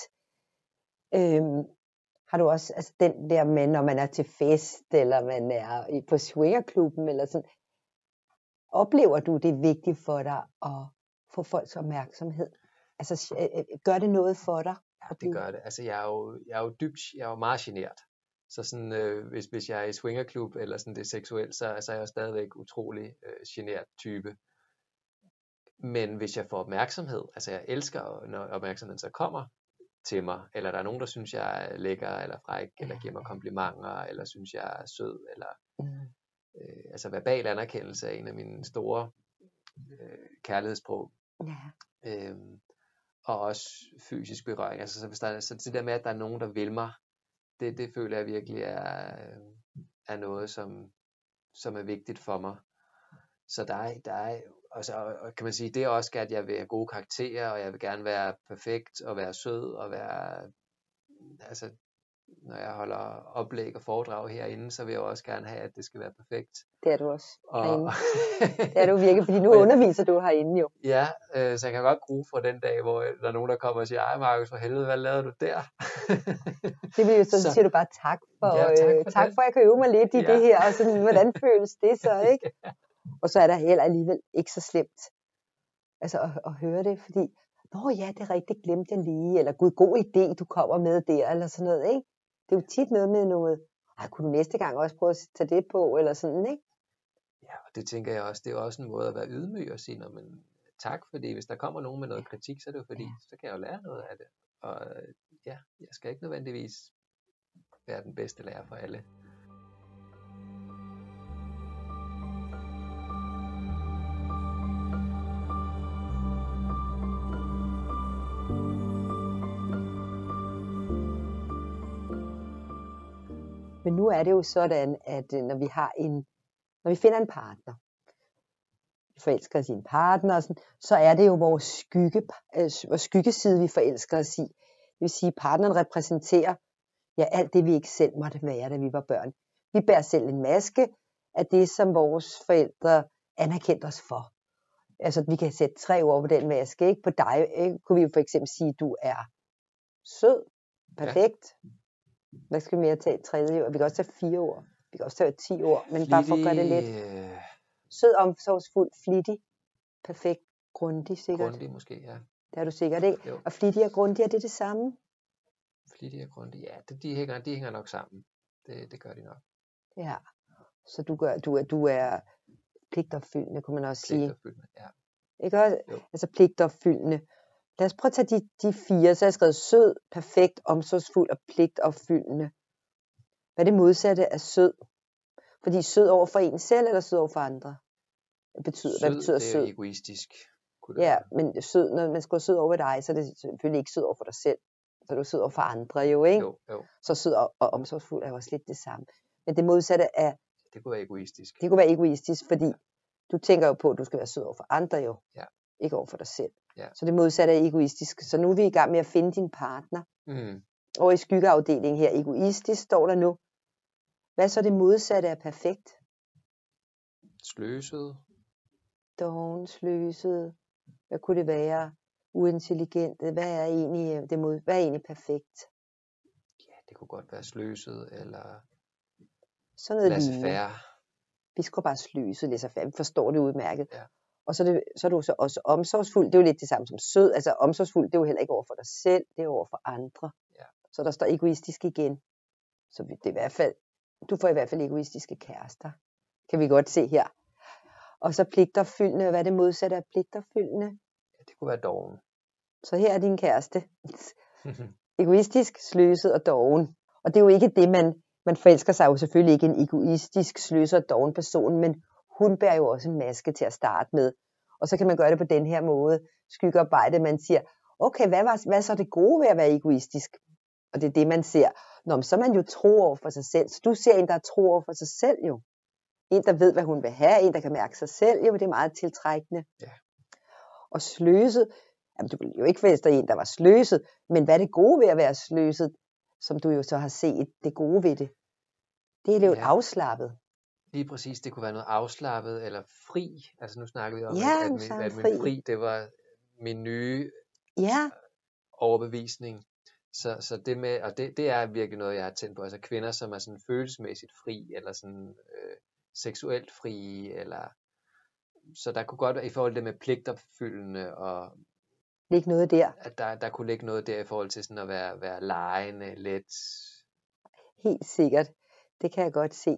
har du også, altså den der med, når man er til fest, eller man er på swingerklubben, eller sådan, oplever du det er vigtigt for dig at få folks opmærksomhed? Altså gør det noget for dig? Ja, det gør det. Altså jeg er jo meget genert. Så sådan, hvis jeg er i swingerklub, eller sådan det er seksuelt, så er jeg stadigvæk utrolig genert type. Men hvis jeg får opmærksomhed, altså jeg elsker, når opmærksomheden så kommer til mig, eller der er nogen, der synes, jeg er lækker, eller fræk, eller giver mig komplimenter, eller synes, jeg er sød, eller altså verbal anerkendelse er en af mine store kærlighedssprog. Og også fysisk berøring. Altså så det der med, at der er nogen, der vil mig, det føler jeg virkelig er noget, som er vigtigt for mig. Så der er og kan man sige, det er også, at jeg vil have gode karakterer, og jeg vil gerne være perfekt, og være sød, og være, altså, når jeg holder oplæg og foredrag herinde, så vil jeg også gerne have, at det skal være perfekt. Det er du også herinde. Det er du virkelig, fordi nu underviser du herinde jo. Ja, så jeg kan godt grue fra den dag, hvor der er nogen, der kommer og siger, ej Marcus, for helvede, hvad lavede du der? Det vil jo så siger du bare tak for at jeg kan øve mig lidt i det her, og sådan, hvordan føles det så, ikke? Og så er der heller alligevel ikke så slemt altså at høre det, fordi, det er rigtigt, glemte jeg lige, eller gud, god idé, du kommer med der, eller sådan noget, ikke? Det er jo tit noget med noget, kunne du næste gang også prøve at tage det på, eller sådan, ikke? Ja, og det tænker jeg også, det er også en måde at være ydmyg og sige, men tak, fordi hvis der kommer nogen med noget kritik, så er det jo fordi, så kan jeg jo lære noget af det. Og jeg skal ikke nødvendigvis være den bedste lærer for alle. Men nu er det jo sådan, at når vi finder en partner, vi forelsker os i en partner, og sådan, så er det jo vores skyggeside, vi forelsker os i. Det vil sige, at partneren repræsenterer alt det, vi ikke selv måtte være, da vi var børn. Vi bærer selv en maske af det, som vores forældre anerkendte os for. Altså, vi kan sætte 3 ord på den maske. Ikke? På dig kunne vi jo for eksempel sige, at du er sød, perfekt. Hvad skal vi mere tage? 3. ord? Vi kan også tage 4 ord. Vi kan også tage 10 ord, men bare for at gøre det lidt. Sød, omsorgsfuld, flittig, perfekt, grundig sikkert. Grundig måske, ja. Det er du sikkert, ikke? Jo. Og flittig og grundig, er det samme? Flittig og grundig, ja. De hænger nok sammen. Det gør de nok. Ja. Så du er pligtopfyldende, kunne man også sige. Pligtopfyldende, ja. Ikke også? Jo. Altså pligtopfyldende. Lad os prøve at tage de 4. Så har jeg skrevet sød, perfekt, omsorgsfuld og pligtopfyldende. Hvad er det modsatte af sød? Fordi sød over for en selv, eller sød over for andre? Hvad betyder sød? Det er egoistisk. Ja, men sød, når man skal være sød over dig, så er det selvfølgelig ikke sød over for dig selv. Så er du sød over for andre jo, ikke? Jo. Så sød og omsorgsfuld er også lidt det samme. Men det modsatte af... Det kunne være egoistisk. Det kunne være egoistisk, fordi du tænker jo på, at du skal være sød over for andre jo. Ja. Ikke over for dig selv. Ja. Så det modsatte er egoistisk. Så nu er vi i gang med at finde din partner. Og i skyggeafdelingen her, egoistisk, står der nu. Hvad er så det modsatte af perfekt? Sløset. Doven, sløset. Hvad kunne det være? Uintelligent. Hvad er egentlig perfekt? Ja, det kunne godt være sløset, eller sådan noget laissez-faire. Vi skal bare sløset, laissez-faire. Vi forstår det udmærket. Ja. Og så er du så også omsorgsfuld. Det er jo lidt det samme som sød. Altså omsorgsfuld, det er jo heller ikke over for dig selv. Det er over for andre. Ja. Så der står egoistisk igen. Så det er i hvert fald, du får i hvert fald egoistiske kærester. Kan vi godt se her. Og så pligtopfyldende. Hvad er det modsatte af pligtopfyldende? Ja, det kunne være doven. Så her er din kæreste. Egoistisk, sløset og doven. Og det er jo ikke det, man forelsker sig jo selvfølgelig ikke en egoistisk, sløset og doven person, men hun bærer jo også en maske til at starte med. Og så kan man gøre det på den her måde. Skyggearbejde, man siger, okay, hvad er så det gode ved at være egoistisk? Og det er det, man ser. Nå, så er man jo tro over for sig selv. Så du ser en, der er tro over for sig selv jo. En, der ved, hvad hun vil have. En, der kan mærke sig selv. Jo, det er meget tiltrækkende. Ja. Og sløset. Jamen, du ville jo ikke være en, der var sløset. Men hvad er det gode ved at være sløset? Som du jo så har set det gode ved det. Det er jo afslappet. Lige præcis, det kunne være noget afslappet eller fri. Altså nu snakker vi om, at min fri, det var min nye overbevisning. Så det med, og det er virkelig noget, jeg har tænkt på. Altså kvinder, som er sådan følelsesmæssigt fri, eller sådan seksuelt fri, eller så der kunne godt være i forhold til det med pligtopfyldende og ligge noget der. At der kunne ligge noget der i forhold til sådan at være legende, let. Helt sikkert. Det kan jeg godt se.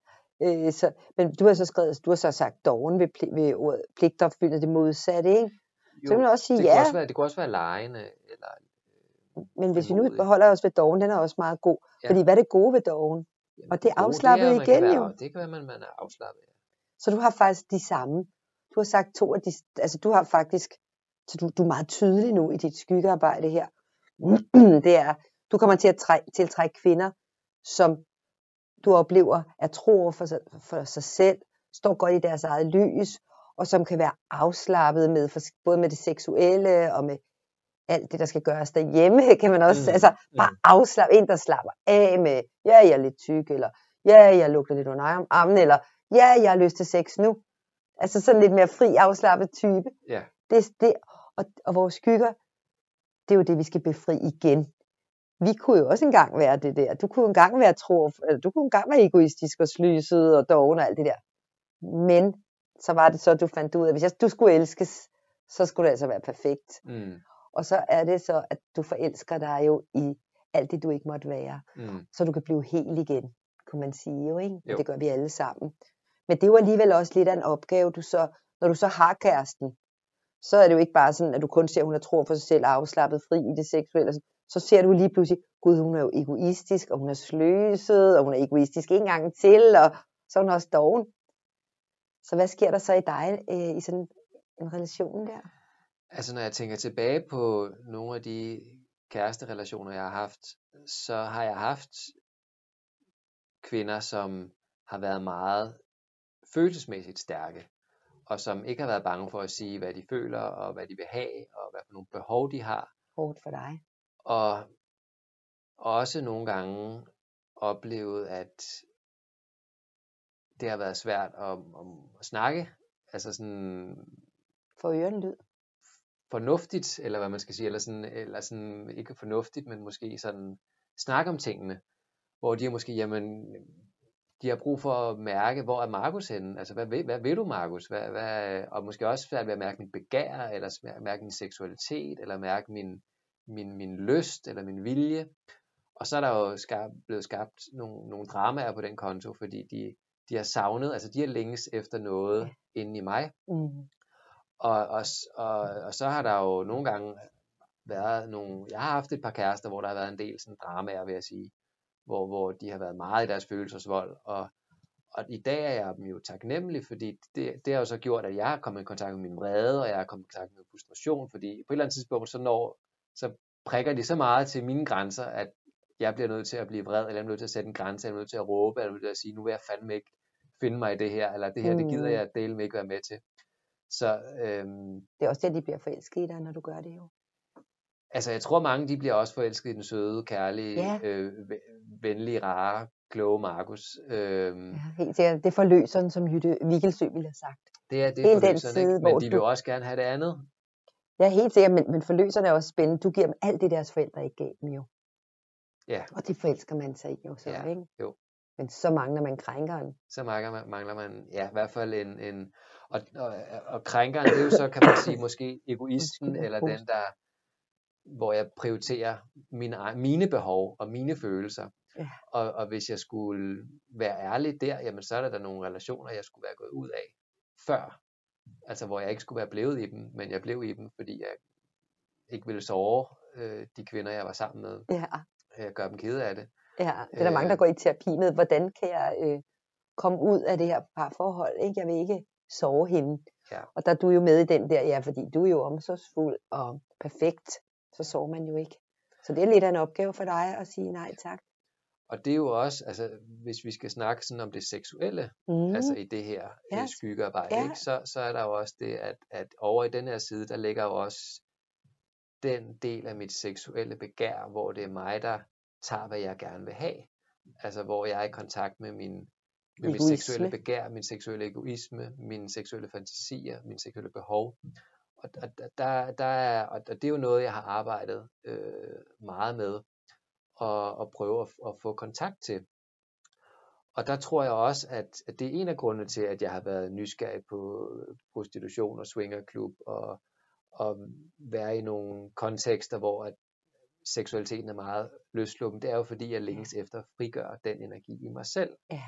Men du har så sagt doven ved ordet pligtopfyldende, det modsatte, ikke? Jo, så kan man også sige det kunne også være legende eller. Men hvis vi nu beholder os ved doven, den er også meget god. Ja. Fordi hvad er det gode ved doven? Jamen, og det er afslappet igen jo. Det kan være, man er afslappet. Ja. Så du har faktisk de samme. Du har sagt 2 af de, altså du har faktisk, så du er meget tydelig nu i dit skyggearbejde her. Det er, du kommer til at tiltrække kvinder, som du oplever er tro over for sig selv, står godt i deres eget lys, og som kan være afslappet med, både med det seksuelle og med alt det, der skal gøres derhjemme, kan man også, altså bare afslappe, en der slapper af med, jeg er lidt tyk, eller jeg lugter lidt under armen, eller jeg har lyst til sex nu. Altså sådan lidt mere fri, afslappet type. Ja. Det, og vores skygger, det er jo det, vi skal befri igen. Vi kunne jo også engang være det der. Du kunne engang være du kunne engang være egoistisk og slyset og doven og alt det der. Men så var det så, du fandt ud af, at hvis du skulle elskes, så skulle det altså være perfekt. Og så er det så, at du forelsker dig jo i alt det, du ikke måtte være. Så du kan blive hel igen, kunne man sige jo, ikke? Jo. Det gør vi alle sammen. Men det er jo alligevel også lidt af en opgave, når du så har kæresten, så er det jo ikke bare sådan, at du kun ser, at hun er tro for sig selv, afslappet, fri i det seksuelle. Så ser du lige pludselig, gud, hun er jo egoistisk, og hun er sløset, og hun er egoistisk en gang til, og så er hun også doven. Så hvad sker der så i dig i sådan en relation der? Altså når jeg tænker tilbage på nogle af de kæresterelationer, jeg har haft, så har jeg haft kvinder, som har været meget følelsesmæssigt stærke, og som ikke har været bange for at sige, hvad de føler, og hvad de vil have, og hvad for nogle behov de har. Hårdt for dig. Og også nogle gange oplevet, at det har været svært at snakke, altså sådan For ørerne lyd. fornuftigt, eller hvad man skal sige, eller sådan ikke fornuftigt, men måske sådan snakke om tingene, hvor de er måske, jamen, de har brug for at mærke, hvor er Markus henne, altså hvad vil du, Markus, og måske også svært ved at mærke min begær, eller mærke min seksualitet, eller mærke min lyst, eller min vilje. Og så er der jo blevet skabt nogle dramaer på den konto, fordi de har savnet, altså de har længes efter noget inde i mig. Og så har der jo nogle gange været jeg har haft et par kærester, hvor der har været en del sådan dramaer, vil jeg sige, hvor de har været meget i deres følelsesvold, og i dag er jeg dem jo taknemmelig, fordi det har jo så gjort, at jeg har kommet i kontakt med min vrede, og jeg har kommet i kontakt med frustration, fordi på et eller andet tidspunkt, så prikker de så meget til mine grænser, at jeg bliver nødt til at blive vred, eller jeg er nødt til at sætte en grænse, eller jeg er nødt til at råbe, eller jeg er nødt til at sige, nu vil jeg fandme ikke finde mig i det her, eller det her, det gider jeg dele med ikke være med til. Så, det er også det, de bliver forelsket i dig, når du gør det jo. Altså jeg tror mange, de bliver også forelsket i den søde, kærlige, venlige, rare, kloge Markus. Helt sikkert. Det forløseren, som Jytte Vigelsø ville have sagt. Det er forløseren, ikke? Men de vil jo også gerne have det andet. Ja, helt sikkert, men forløseren er også spændende. Du giver dem alt det, deres forældre ikke gav dem jo. Ja. Og det forelsker man sig i jo så, ikke? Jo. Men så mangler man krænkeren. Så mangler man, ja, i hvert fald en og krænkeren, det er jo så, kan man sige, måske egoisten, eller den, hvor jeg prioriterer mine behov og mine følelser. Ja. Og hvis jeg skulle være ærlig der, jamen så er der nogle relationer, jeg skulle være gået ud af før. Altså hvor jeg ikke skulle være blevet i dem, men jeg blev i dem, fordi jeg ikke ville såre de kvinder, jeg var sammen med. Ja. Gøre dem kede af det. Ja, det er der mange, der går i terapi med. Hvordan kan jeg komme ud af det her parforhold? Ikke? Jeg vil ikke såre hende. Ja. Og der er du jo med i den der, fordi du er jo omsorgsfuld og perfekt. Så sover man jo ikke. Så det er lidt af en opgave for dig at sige nej tak. Og det er jo også, altså hvis vi skal snakke sådan om det seksuelle, altså i det her skyggearbejde, ikke? Så er der jo også det, at over i den her side, der ligger jo også den del af mit seksuelle begær, hvor det er mig, der tager, hvad jeg gerne vil have. Altså hvor jeg er i kontakt med mit seksuelle begær, min seksuelle egoisme, mine seksuelle fantasier, mine seksuelle behov. Og det er jo noget, jeg har arbejdet meget med og prøve at få kontakt til. Og der tror jeg også, at det er en af grundene til, at jeg har været nysgerrig på prostitution og swingerklub og være i nogle kontekster, hvor at seksualiteten er meget løsluppen. Det er jo fordi, jeg længes efter at frigøre den energi i mig selv. Ja.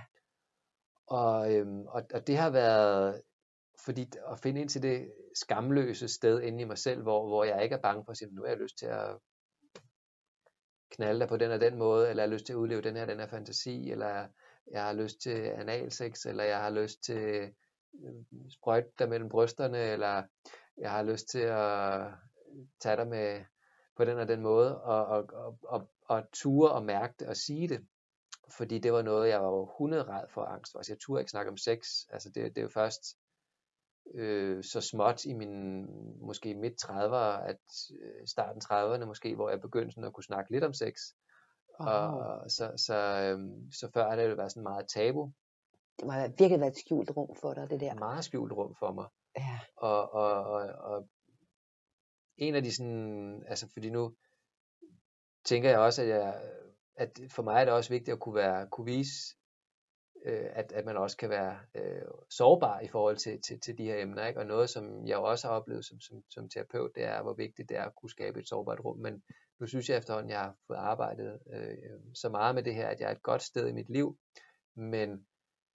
Og det har været fordi at finde ind til det skamløse sted inde i mig selv, hvor jeg ikke er bange for at sige, nu har jeg lyst til at knalde dig på den og den måde, eller jeg har lyst til at udleve den her fantasi, eller jeg har lyst til analsex, eller jeg har lyst til sprøjte dig mellem brysterne, eller jeg har lyst til at tage dig med på den og den måde, og ture og mærke det og sige det. Fordi det var noget, jeg var hunderæd for angst for. Altså jeg turde ikke snakke om sex. Altså det er jo først så småt i min måske midt 30'ere, at starten 30'erne måske, hvor jeg begyndte sådan at kunne snakke lidt om sex. Og så før har det jo været sådan meget tabu. Det må virkelig være et skjult rum for dig, det der. Meget skjult rum for mig. Ja. Og en af de sådan, altså fordi nu tænker jeg også, at for mig er det også vigtigt at kunne vise, at man også kan være sårbar i forhold til de her emner, ikke? Og noget, som jeg også har oplevet som terapeut, det er, hvor vigtigt det er at kunne skabe et sårbart rum. Men nu synes jeg efterhånden, jeg har fået arbejdet så meget med det her, at jeg er et godt sted i mit liv. Men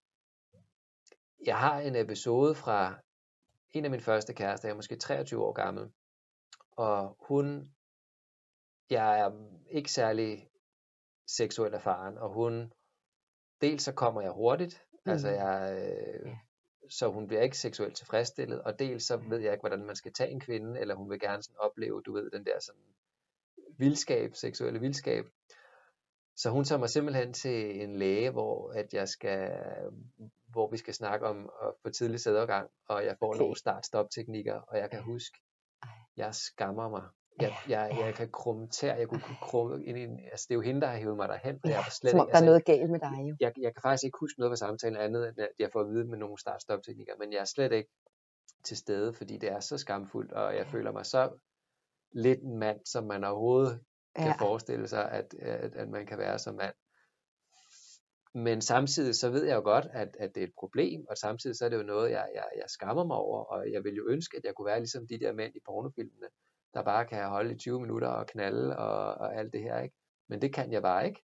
jeg har en episode fra en af mine første kærester, jeg er måske 23 år gammel, og jeg er ikke særlig seksuelt erfaren, og dels så kommer jeg hurtigt, altså så hun bliver ikke seksuelt tilfredsstillet, og dels så ved jeg ikke, hvordan man skal tage en kvinde, eller hun vil gerne sådan opleve, du ved, den der sådan vildskab, seksuelle vildskab. Så hun tager mig simpelthen til en læge, hvor vi skal snakke om at få tidlig sædafgang, og jeg får nogle start-stop-teknikker, og jeg kan huske, jeg skammer mig. Jeg kan krumme tær, jeg kunne krumme ind i altså det er jo hende, der har hævet mig derhen, og jeg var slet som om der er noget galt med dig jo. Jeg kan faktisk ikke huske noget fra samtalen andet, end at jeg får at vide med nogle start-stop-teknikker, men jeg er slet ikke til stede, fordi det er så skamfuldt, og jeg føler mig så lidt en mand, som man overhovedet kan forestille sig, at man kan være som mand. Men samtidig så ved jeg jo godt, at det er et problem, og samtidig så er det jo noget, jeg skammer mig over, og jeg vil jo ønske, at jeg kunne være ligesom de der mænd i pornofilmene, der bare kan holde i 20 minutter og knalde og alt det her, ikke? Men det kan jeg bare ikke.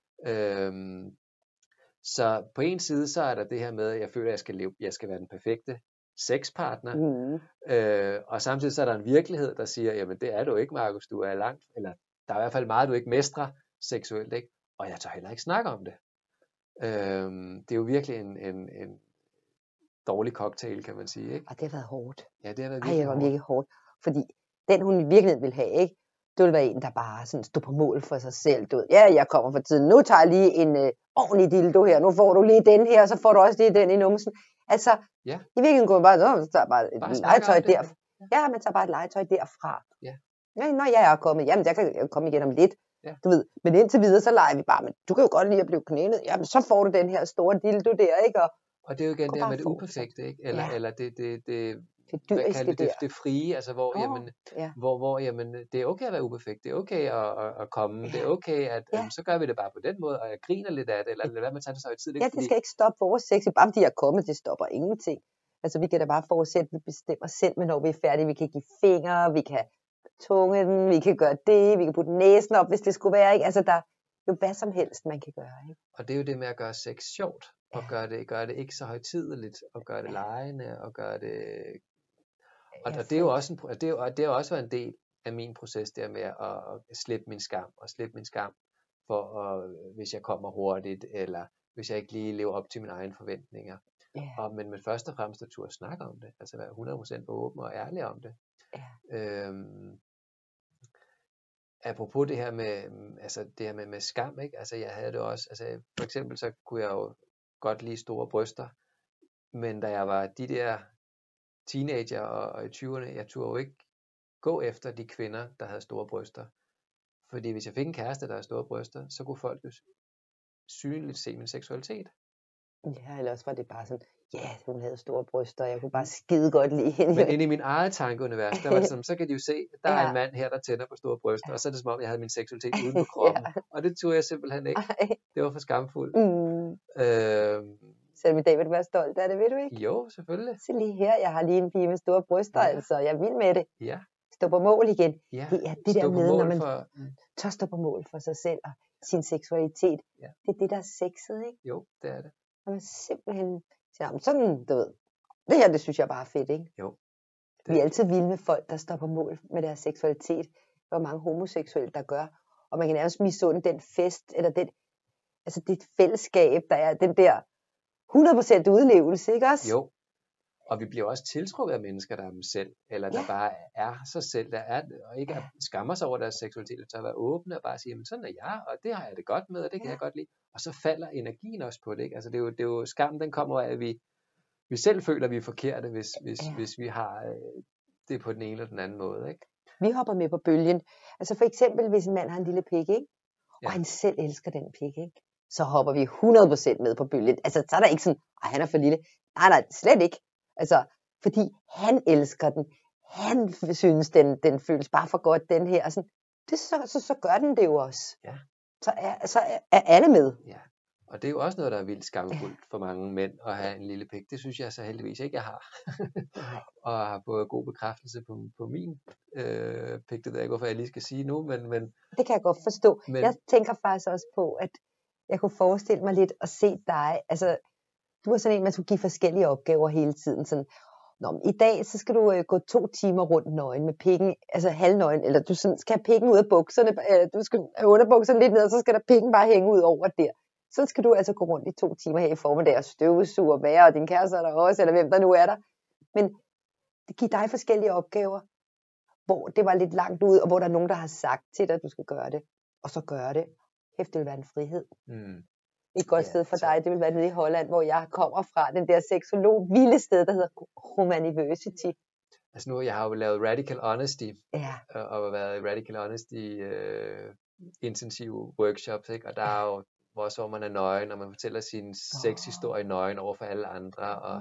Så på en side, så er der det her med, at jeg føler, at jeg skal være den perfekte sexpartner, og samtidig så er der en virkelighed, der siger, jamen det er du ikke, Markus, du er langt, eller der er i hvert fald meget, du ikke mestrer seksuelt, ikke? Og jeg tør heller ikke snakke om det. Det er jo virkelig en dårlig cocktail, kan man sige, ikke? Og det har været hårdt. Ja, det har været virkelig hårdt. Fordi den, hun i virkeligheden vil have, ikke? Det vil være en, der bare sådan stod på mål for sig selv. Du ved, ja, jeg kommer for tiden. Nu tager jeg lige en ordentlig dildo her. Nu får du lige den her, og så får du også lige den i numsen. Altså, i virkeligheden går man bare så tager bare et legetøj derfra. Ja, man tager bare et legetøj derfra. Ja. Når jeg er kommet, jamen jeg kan komme igen om lidt. Ja. Du ved, men indtil videre, så leger vi bare, men du kan jo godt lide at blive knælet. Jamen, så får du den her store dildo der, ikke? Og det er jo igen det med det uperfekte, ikke? Eller det frie, altså hvor jamen, det er okay at være uperfekt, det er okay at komme, det er okay at så gør vi det bare på den måde, og jeg griner lidt af det, eller lad være med at tage det så i tid. Det skal ikke stoppe vores sex, bare fordi jeg er kommet, det stopper ingenting. Altså vi kan da bare forudsætte, vi bestemmer selv, men når vi er færdige, vi kan give fingre, vi kan tunge den, vi kan gøre det, vi kan putte næsen op, hvis det skulle være, ikke? Altså der er jo hvad som helst, man kan gøre, ikke? Og det er jo det med at gøre sex sjovt, og gøre det ikke så højtideligt, og gøre det legende, og gøre det... Og det er jo også det er også en del af min proces der med at slippe min skam, hvis jeg kommer hurtigt, eller hvis jeg ikke lige lever op til mine egne forventninger. Men først og fremmest at turde snakke om det, altså være 100% åben og ærlig om det. Apropos det her med skam, ikke? Altså jeg havde det også, altså for eksempel så kunne jeg jo godt lide store bryster, men da jeg var de der teenager og i 20'erne, jeg turde jo ikke gå efter de kvinder, der havde store bryster. Fordi hvis jeg fik en kæreste, der havde store bryster, så kunne folk jo synligt se min seksualitet. Ja, eller også var det bare sådan, hun havde store bryster, og jeg kunne bare skide godt lide hende. Men inde i min eget tankeunivers, der var det sådan, så kan de jo se, der er en mand her, der tænder på store bryster, og så er det som om, jeg havde min seksualitet uden på kroppen. Og det turde jeg simpelthen ikke. Det var for skamfuldt. Selvom i dag vil du være stolt af det, ved du ikke? Jo, selvfølgelig. Så lige her, jeg har lige en pige med store bryster, altså jeg vil med det. Ja. Stå på mål igen. Ja. Det er det der med, når man tør stå på mål for sig selv og sin seksualitet. Ja. Det er det, der er sexet, ikke? Jo, det er det. Når man simpelthen siger, sådan, du ved, det her, det synes jeg bare er fedt, ikke? Jo. Vi er altid vilde med folk, der står på mål med deres seksualitet. Hvor mange homoseksuelle, der gør. Og man kan nærmest misunde den fest, eller det fællesskab, der er den der 100% udlevelse, ikke også? Jo. Og vi bliver også tiltrukket af mennesker, der er dem selv, eller der bare er sig selv, der er, og ikke skammer sig over deres seksualitet, og tør være åbne og bare sige, jamen sådan er jeg, og det har jeg det godt med, og det kan jeg godt lide. Og så falder energien også på det, ikke? Altså det er jo skam, den kommer af, at vi selv føler, at vi er forkerte, hvis vi har det på den ene eller den anden måde, ikke? Vi hopper med på bølgen. Altså for eksempel, hvis en mand har en lille pik, ikke? Og han selv elsker den pik, ikke? Så hopper vi 100% med på bølgen. Altså så er der ikke sådan, han er for lille. Nej, slet ikke. Altså, fordi han elsker den. Han synes, den føles bare for godt, den her. Altså, så gør den det jo også. Ja. Så er alle med. Ja. Og det er jo også noget, der er vildt skamfuldt for mange mænd at have en lille pik. Det synes jeg så heldigvis ikke, jeg har. Og har fået god bekræftelse på min pik. Det ved jeg ikke, hvorfor jeg lige skal sige nu. Men det kan jeg godt forstå. Jeg tænker faktisk også på, at jeg kunne forestille mig lidt at se dig. Altså, du er sådan en, man skulle give forskellige opgaver hele tiden. Sådan, i dag så skal du gå 2 timer rundt nøgen med pikken, altså halvnøgen, eller du skal have pikken ud af bukserne, du skal have underbukserne lidt ned, og så skal der pikken bare hænge ud over der. Så skal du altså gå rundt i 2 timer her i formiddag og støvsuge og være, og din kæreste er der også, eller hvem der nu er der. Men det giver dig forskellige opgaver, hvor det var lidt langt ud, og hvor der er nogen, der har sagt til dig, at du skal gøre det, og så gøre det. Hæft, det vil være en frihed. Mm. Et godt sted for dig, det vil være nede i Holland, hvor jeg kommer fra. Den der seksolog vilde sted, der hedder Humaniversity. Altså nu, jeg har jo lavet Radical Honesty, Ja. og været i Radical Honesty intensive workshops, ikke? Og der er jo også, hvor man er nøgen, og man fortæller sin sexhistorie nøgen over for alle andre, og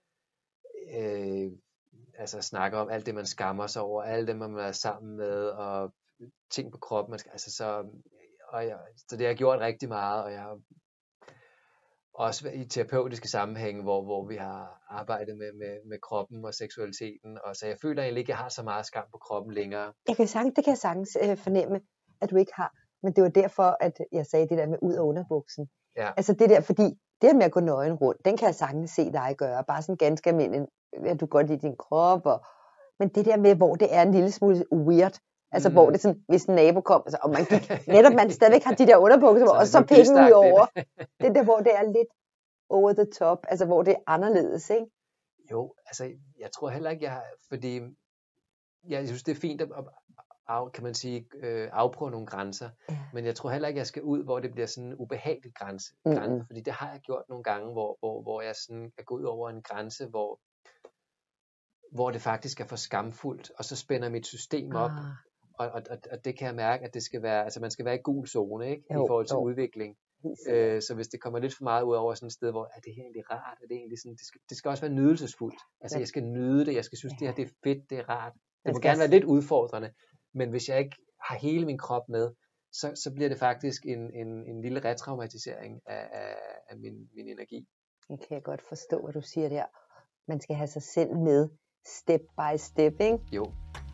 altså snakker om alt det, man skammer sig over, alt det, man er sammen med, og ting på kroppen, man skal, altså så det har jeg gjort rigtig meget, og jeg har også i terapeutiske sammenhænge, hvor vi har arbejdet med kroppen og seksualiteten, og så jeg føler egentlig ikke, at jeg har så meget skam på kroppen længere. Det kan jeg sagtens fornemme, at du ikke har, men det var derfor, at jeg sagde det der med ud af underbuksen. Ja. Altså det der, fordi det med at gå nøgen rundt, den kan jeg sagtens se dig gøre, bare sådan ganske almindelig, at du godt lide din krop, men det der med, hvor det er en lille smule weird, altså hvor det sådan, hvis en nabo kom, altså, og man gik, netop man stadigvæk har de der underbukser, og så penge ud over, det der, hvor det er lidt over the top, altså hvor det er anderledes, ikke? Jo, altså jeg tror heller ikke, fordi jeg synes, det er fint at kan man sige, afprøve nogle grænser, men jeg tror heller ikke, jeg skal ud, hvor det bliver sådan en ubehagelig grænse, fordi det har jeg gjort nogle gange, hvor jeg sådan er gået ud over en grænse, hvor det faktisk er for skamfuldt, og så spænder mit system op, og det kan jeg mærke, at det skal være, altså man skal være i gul zone, ikke? I forhold til udvikling. Så hvis det kommer lidt for meget ud over sådan et sted, hvor er det her egentlig rart, er det egentlig sådan, det skal også være nydelsesfuldt. Altså jeg skal nyde det, jeg skal synes, det her det er fedt, det er rart. Det må gerne være lidt udfordrende, men hvis jeg ikke har hele min krop med, så bliver det faktisk en lille retraumatisering af min energi. Det kan jeg godt forstå, hvad du siger der. Man skal have sig selv med, step by step, ikke? Jo.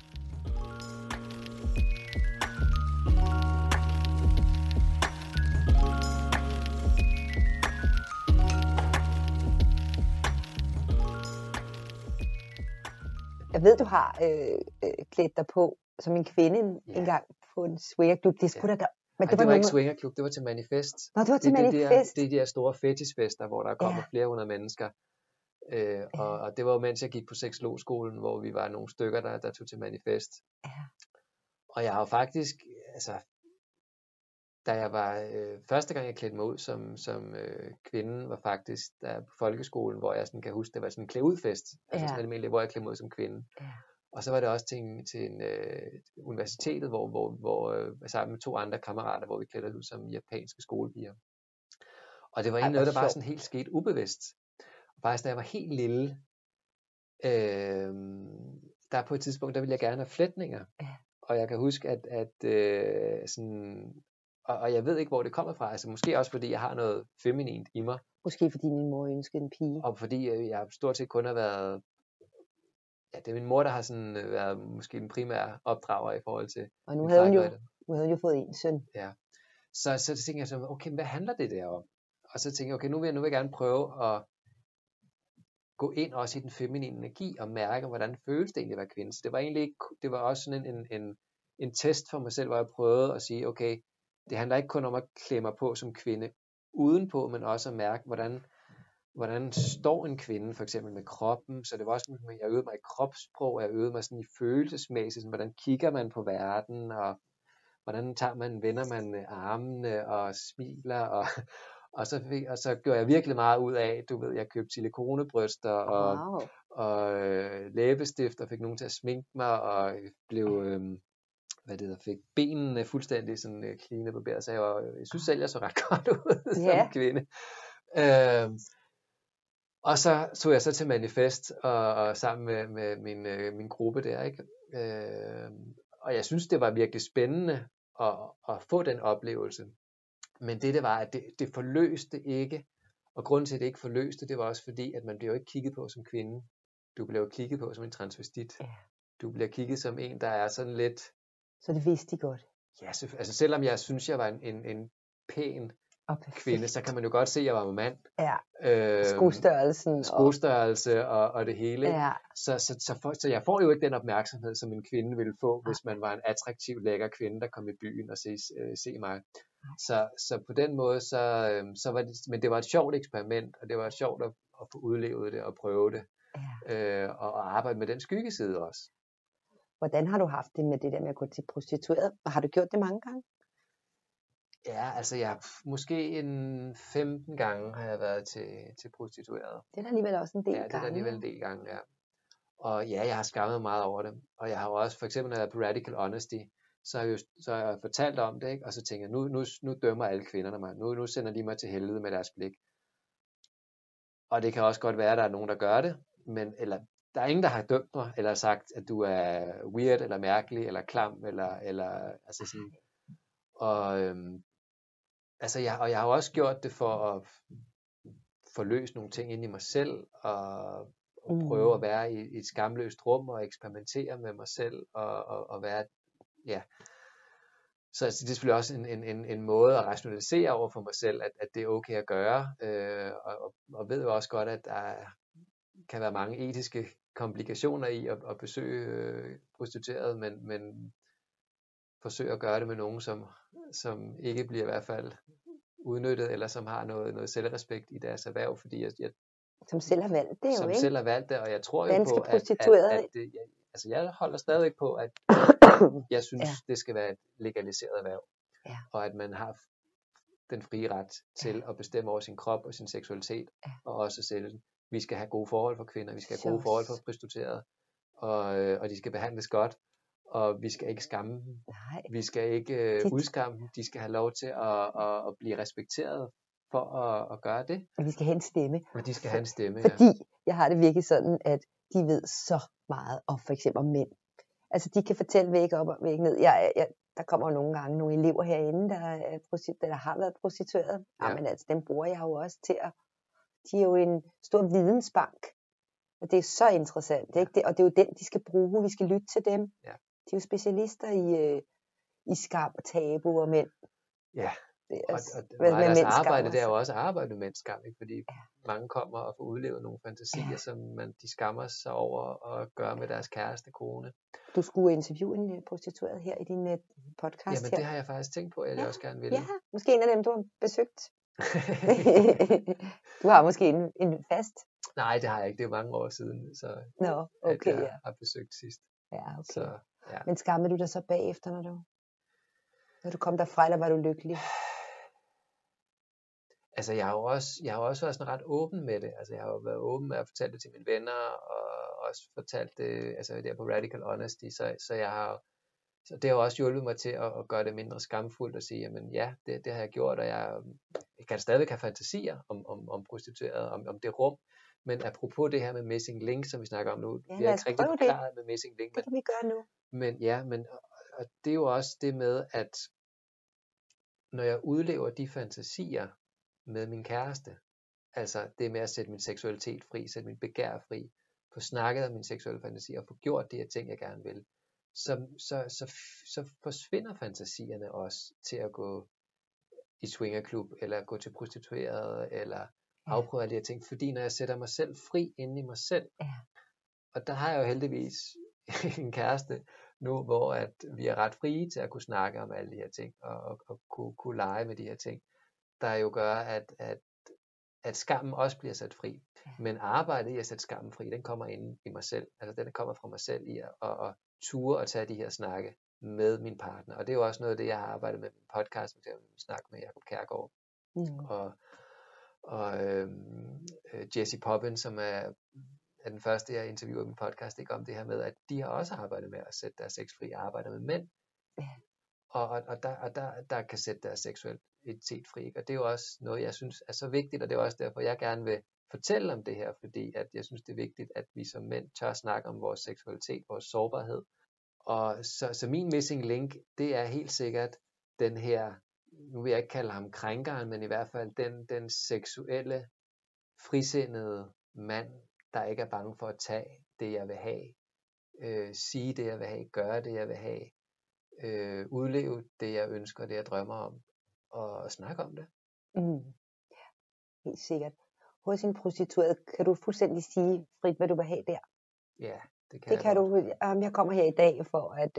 Jeg ved, du har klædt dig på som en kvinde engang på en swingerklub. Det skulle da. Men det var ikke swingerklub, det var til Manifest. Nå, det var til Manifest. Det er de her store fetishfester, hvor der kommer flere hundrede mennesker. Og det var jo mens jeg gik på seksologskolen, hvor vi var nogle stykker, der tog til Manifest. Og jeg har jo faktisk, altså, da jeg var, første gang jeg klædte mig ud som kvinde, var faktisk der på folkeskolen, hvor jeg sådan kan huske, det var sådan en klædeudfest, altså sådan almindeligt, hvor jeg klædte mig ud som kvinde. Og så var det også til en universitetet, hvor sammen med 2 andre kammerater, hvor vi klædte os ud som japanske skolepiger. Og det var egentlig noget, der bare sådan helt sket ubevidst. Og faktisk da jeg var helt lille, der på et tidspunkt, der ville jeg gerne have flætninger. Og jeg kan huske, at sådan, og jeg ved ikke, hvor det kommer fra. Altså måske også, fordi jeg har noget feminint i mig. Måske fordi min mor ønskede en pige. Og fordi jeg stort set kun har været, det er min mor, der har sådan været måske den primære opdrager i forhold til. Og nu havde hun jo fået en søn. Ja. Så tænkte jeg så, okay, hvad handler det der om? Og så tænkte jeg, okay, nu vil jeg gerne prøve at gå ind også i den feminine energi og mærke, hvordan føles det egentlig at være kvinde. Så det var egentlig ikke, det var også sådan en test for mig selv, hvor jeg prøvede at sige, okay, det handler ikke kun om at klæde mig på som kvinde udenpå, men også at mærke, hvordan står en kvinde for eksempel med kroppen. Så det var også, jeg øvede mig i kropssprog, jeg øvede mig sådan i følelsesmæssigt, sådan, hvordan kigger man på verden, og hvordan vender man armene og smiler, og så gjorde jeg virkelig meget ud af, du ved, jeg købte silikonebryster og læbestift, og fik nogen til at sminke mig, og blev, fik benene fuldstændig sådan clean barberet, så jeg synes selv, jeg så ret godt ud som kvinde. Og så tog jeg så til Manifest, og sammen med min gruppe der, ikke? Og jeg synes, det var virkelig spændende at få den oplevelse. Men det var, at det forløste ikke, og grunden til, at det ikke forløste, det var også fordi, at man bliver jo ikke kigget på som kvinde. Du bliver jo kigget på som en transvestit. Du bliver kigget som en, der er sådan lidt... Så det vidste de godt? Ja, altså selvom jeg synes, jeg var en pæn kvinde, så kan man jo godt se, at jeg var en mand. Skostørrelse og det hele. Så jeg får jo ikke den opmærksomhed, som en kvinde ville få, hvis man var en attraktiv, lækker kvinde, der kom i byen og se mig. Så på den måde, så var det, men det var et sjovt eksperiment, og det var sjovt at få udlevet det og prøve det, og arbejde med den skyggeside også. Hvordan har du haft det med det der med at gå til prostitueret? Har du gjort det mange gange? Ja, altså måske en 15 gange har jeg været til prostitueret. Det er da alligevel også en del Ja, det er da alligevel en gange. del gange, ja. Og ja, jeg har skammet meget over det. Og jeg har jo også, for eksempel når jeg er på Radical Honesty, så har jeg fortalt om det, ikke? Og så tænker jeg, nu dømmer alle kvinderne mig. Nu sender de mig til helvede med deres blik. Og det kan også godt være, at der er nogen, der gør det, eller der er ingen, der har dømt mig, eller sagt, at du er weird, eller mærkelig, eller klam, eller altså sådan. Og jeg har også gjort det for at forløse nogle ting ind i mig selv, og prøve at være i et skamløst rum, og eksperimentere med mig selv, og være, ja. Så det er selvfølgelig også en måde at rationalisere over for mig selv, at det er okay at gøre, og ved jo også godt, at der kan være mange etiske komplikationer i at besøge prostitueret, men forsøge at gøre det med nogen, som ikke bliver i hvert fald udnyttet, eller som har noget selvrespekt i deres erhverv, fordi jeg som selv har valgt det jo, som ikke? selv har valgt det, og jeg tror Danske jo på, prostituerede. at jeg holder stadigvæk på, at jeg synes, det skal være et legaliseret erhverv, og at man har den frie ret til at bestemme over sin krop og sin seksualitet, og også sælge den. Vi skal have gode forhold for kvinder, vi skal have gode forhold for prostituerede, og de skal behandles godt, og vi skal ikke skamme dem. Nej. Vi skal ikke udskamme dem. De skal have lov til at blive respekteret for at gøre det. Og vi skal have en stemme. Og de skal have en stemme, Fordi jeg har det virkelig sådan, at de ved så meget om for eksempel mænd. Altså de kan fortælle væk op og væk ned. Der kommer jo nogle gange nogle elever herinde, der har været prostitueret. Men altså dem bruger jeg jo også til at... De er jo en stor vidensbank. Og det er så interessant. Ikke? Og det er jo den, de skal bruge. Vi skal lytte til dem. Ja. De er jo specialister i skam og tabu og mænd. Ja, og deres arbejde, det er jo også arbejde med mænds skam, ikke? Fordi mange kommer og får udlevet nogle fantasier, som de skammer sig over at gøre med deres kæreste, kone. Du skulle interviewe en prostitueret her i din podcast. Jamen det har jeg faktisk tænkt på, at jeg også gerne vil. Ja, måske en af dem, du har besøgt. Du har måske en fast? Nej, det har jeg ikke. Det er jo mange år siden, så okay, at jeg har besøgt sidst. Ja, okay. Så, ja. Men skammede du dig så bagefter, når du kom derfra, eller var du lykkelig? Altså, jeg har jo også været sådan ret åben med det. Altså, jeg har jo været åben med at fortælle det til mine venner, og også fortalt det, altså der på Radical Honesty, så det har også hjulpet mig til at gøre det mindre skamfuldt, og sige, jamen ja, det har jeg gjort, og jeg kan stadigvæk have fantasier om prostitueret, om det rum. Men apropos det her med missing link, som vi snakker om nu, jeg er ikke rigtig forklaret med missing link. Det kan vi gøre nu. Men og det er jo også det med, at når jeg udlever de fantasier med min kæreste, altså det med at sætte min seksualitet fri, sætte min begær fri, få snakket om min seksuelle fantasi, og få gjort de her ting, jeg gerne vil, så forsvinder fantasierne også til at gå i swingerklub, eller gå til prostitueret, eller afprøve alle de her ting, fordi når jeg sætter mig selv fri inde i mig selv, og der har jeg jo heldigvis en kæreste nu, hvor at vi er ret frie til at kunne snakke om alle de her ting, og kunne lege med de her ting, der jo gør, at skammen også bliver sat fri. Men arbejdet i at sætte skammen fri, den kommer inde i mig selv. Altså den kommer fra mig selv i at ture og tage de her snakke med min partner. Og det er jo også noget af det, jeg har arbejdet med min podcast, med at snakke med Jacob Kjærgaard. Og Jesse Poppin, som er den første, jeg interviewer i min podcast, ikke om det her med, at de har også arbejdet med at sætte deres sex fri, arbejder med mænd. Og der kan sætte deres seksualitet fri. Og det er jo også noget, jeg synes er så vigtigt, og det er også derfor, jeg gerne vil fortælle om det her, fordi at jeg synes, det er vigtigt, at vi som mænd tør snakke om vores seksualitet, vores sårbarhed. Og så min missing link, det er helt sikkert den her, nu vil jeg ikke kalde ham krænkeren, men i hvert fald den seksuelle, frisindede mand, der ikke er bange for at tage det, jeg vil have, sige det, jeg vil have, gøre det, jeg vil have, udleve det, jeg ønsker, det, jeg drømmer om, og snakke om det. Ja, helt sikkert. Hos en prostitueret, kan du fuldstændig sige frit, hvad du vil have der? Ja, det kan du. Jeg kommer her i dag for at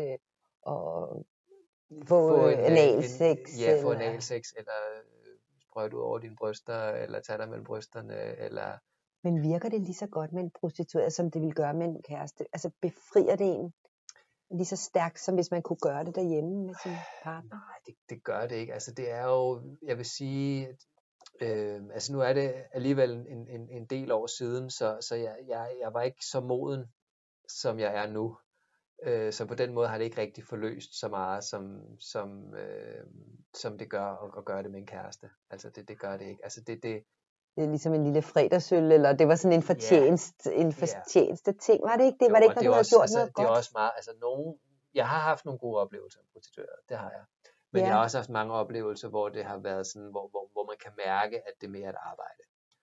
få analsex. Få analsex, eller sprøjte ud over dine bryster, eller tage dig mellem brysterne, eller... Men virker det lige så godt med en prostitueret, som det vil gøre med en kæreste? Altså befrier det en? lige så stærkt, som hvis man kunne gøre det derhjemme med sin partner? Nej, det gør det ikke. Altså det er jo, jeg vil sige, altså nu er det alligevel en del år siden, så jeg var ikke så moden, som jeg er nu. Så på den måde har det ikke rigtig forløst så meget, som det gør at gøre det med en kæreste. Altså det gør det ikke. Altså det Det er ligesom en lille fredagsøl, eller det var sådan en fortjeneste ting, var det ikke? Det var det ikke, når du havde gjort noget godt? Det er også meget, altså jeg har haft nogle gode oplevelser med prostituerede, det har jeg. Men jeg har også haft mange oplevelser, hvor det har været sådan, hvor man kan mærke, at det er mere et arbejde.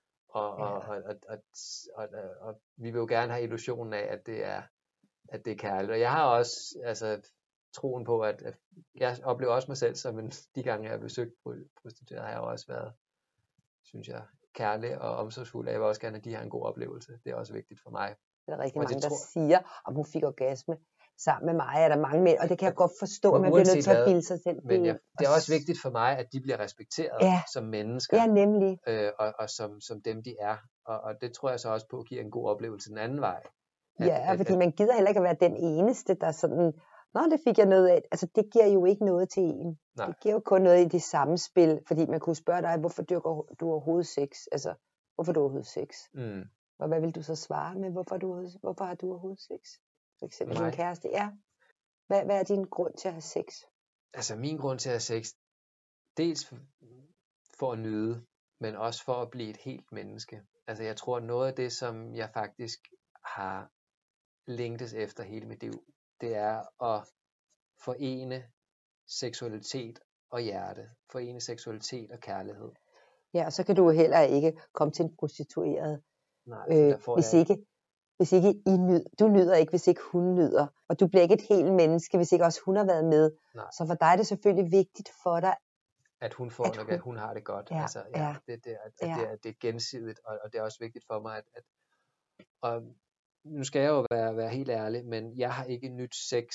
Og vi vil jo gerne have illusionen af, at det er kærligt. Og jeg har også troen på, at jeg oplever også mig selv som de gange, jeg har besøgt prostituerede, har jeg også været, synes jeg, kærlig og omsorgsfuld. Jeg vil også gerne, at de har en god oplevelse. Det er også vigtigt for mig. Det er rigtig mange, der siger, om hun fik orgasme sammen med mig, er der mange mænd, og det kan jeg godt forstå, at man bliver nødt til at bilde sig selv. Men det er også vigtigt for mig, at de bliver respekteret som mennesker. Ja, nemlig. Og som dem, de er. Og det tror jeg så også på, giver en god oplevelse den anden vej. Fordi man gider heller ikke at være den eneste, der sådan, det fik jeg noget af. Altså, det giver jo ikke noget til en. Nej. Det giver jo kun noget i det samme spil, fordi man kunne spørge dig, hvorfor dyrker du overhovedet sex? Altså, hvorfor du overhovedet sex? Og hvad vil du så svare med, hvorfor har du overhovedet sex? For eksempel din kæreste. Ja. Hvad er din grund til at have sex? Altså, min grund til at have sex, dels for at nyde, men også for at blive et helt menneske. Altså, jeg tror, noget af det, som jeg faktisk har længtes efter hele mit liv, det er at forene seksualitet og hjerte. Forene seksualitet og kærlighed. Ja, og så kan du heller ikke komme til en prostitueret. Nej, hvis ikke du nyder ikke, hvis ikke hun nyder. Og du bliver ikke et helt menneske, hvis ikke også hun har været med. Nej. Så for dig er det selvfølgelig vigtigt for dig, at hun får at hun har det godt. Det er gensidigt, og det er også vigtigt for mig, og nu skal jeg jo være helt ærlig, men jeg har ikke nyt sex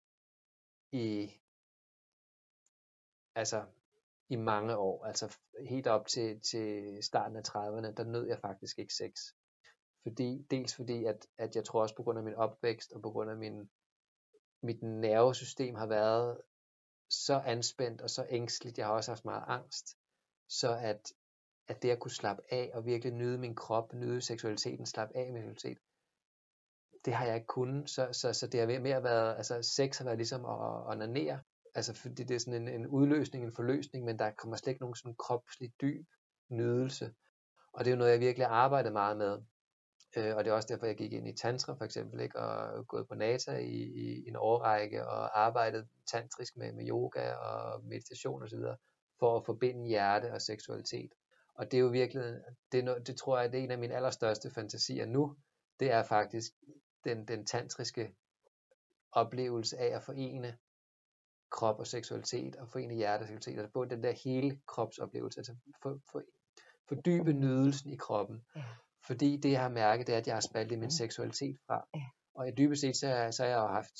i mange år. Altså helt op til starten af 30'erne, der nød jeg faktisk ikke sex. Fordi at jeg tror også på grund af min opvækst, og på grund af mit nervesystem har været så anspændt og så ængsteligt. Jeg har også haft meget angst. Så at det at kunne slappe af og virkelig nyde min krop, nyde seksualiteten, slappe af med seksualitet, det har jeg ikke kunnet. Så det har mere været, altså sex har været ligesom at onanere. Altså fordi det er sådan en udløsning, en forløsning, men der kommer slet ikke nogen sådan kropslig dyb nydelse. Og det er jo noget, jeg virkelig har arbejdet meget med. Og det er også derfor, jeg gik ind i tantra for eksempel, ikke? Og gået på Nata i en årrække og arbejdet tantrisk med yoga og meditation osv. for at forbinde hjerte og seksualitet. Og det er jo virkelig, det tror jeg, det er en af mine allerstørste fantasier nu. Det er faktisk den tantriske oplevelse af at forene krop og seksualitet, og forene hjerte og seksualitet, altså både den der hele kropsoplevelse, altså fordybe nydelsen i kroppen. Fordi det jeg har mærket, det er, at jeg har spaltet min seksualitet fra. Og dybest set, så har jeg jo haft,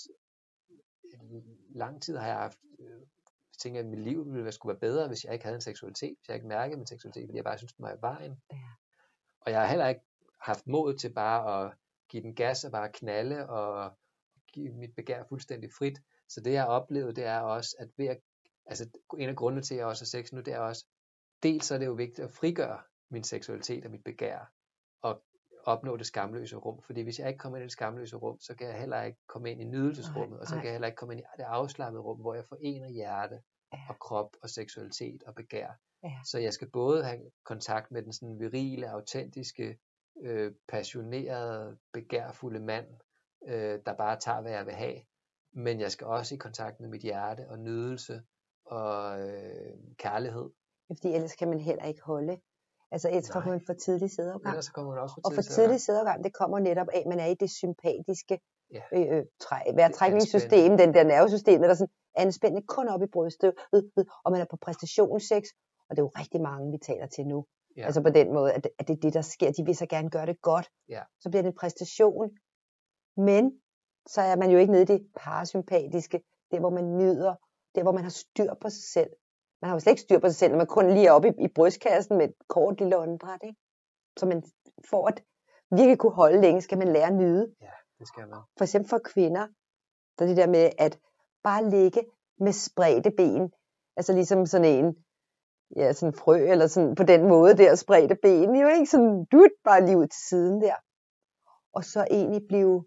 lang tid har jeg haft, tænker at mit liv ville skulle være bedre, hvis jeg ikke havde en seksualitet, hvis jeg ikke mærkede min seksualitet, fordi jeg bare synes, den var i vejen. Og jeg har heller ikke haft mod til bare at give den gas og bare knalde og give mit begær fuldstændig frit. Så det jeg har oplevet, det er også, at en af grundene til, at jeg også har sex nu, det er også, dels så er det jo vigtigt at frigøre min seksualitet og mit begær, og opnå det skamløse rum. Fordi hvis jeg ikke kommer ind i det skamløse rum, så kan jeg heller ikke komme ind i nydelsesrummet, og så kan jeg heller ikke komme ind i det afslappede rum, hvor jeg forener hjerte og krop og seksualitet og begær. Så jeg skal både have kontakt med den sådan virile, autentiske, passionerede, begærfulde mand, der bare tager, hvad jeg vil have. Men jeg skal også i kontakt med mit hjerte og nydelse og kærlighed. Fordi ellers kan man heller ikke holde. Altså ellers kommer man for tidlig sædeovergang. Ellers kommer man også og for tidlig sædeovergang, det kommer netop af, at man er i det sympatiske vejrtrækningssystem, den der nervesystem, der sådan anspændende kun op i brystet, og man er på præstationssex, og det er jo rigtig mange, vi taler til nu. Altså på den måde, at det er det, der sker. De vil så gerne gøre det godt. Så bliver det en præstation. Men så er man jo ikke nede i det parasympatiske, der hvor man nyder, der hvor man har styr på sig selv. Man har jo slet ikke styr på sig selv, når man kun lige er oppe i brystkassen med et kort lille åndedræt, ikke? Så man for at virkelig kunne holde længe, skal man lære at nyde. Ja, det skal man. For eksempel for kvinder, Der er det der med at bare ligge med spredte ben. Altså ligesom sådan en, ja, sådan en frø, eller sådan på den måde der, spredte ben, jo ikke? Sådan bare lige ud til siden der. Og så egentlig blive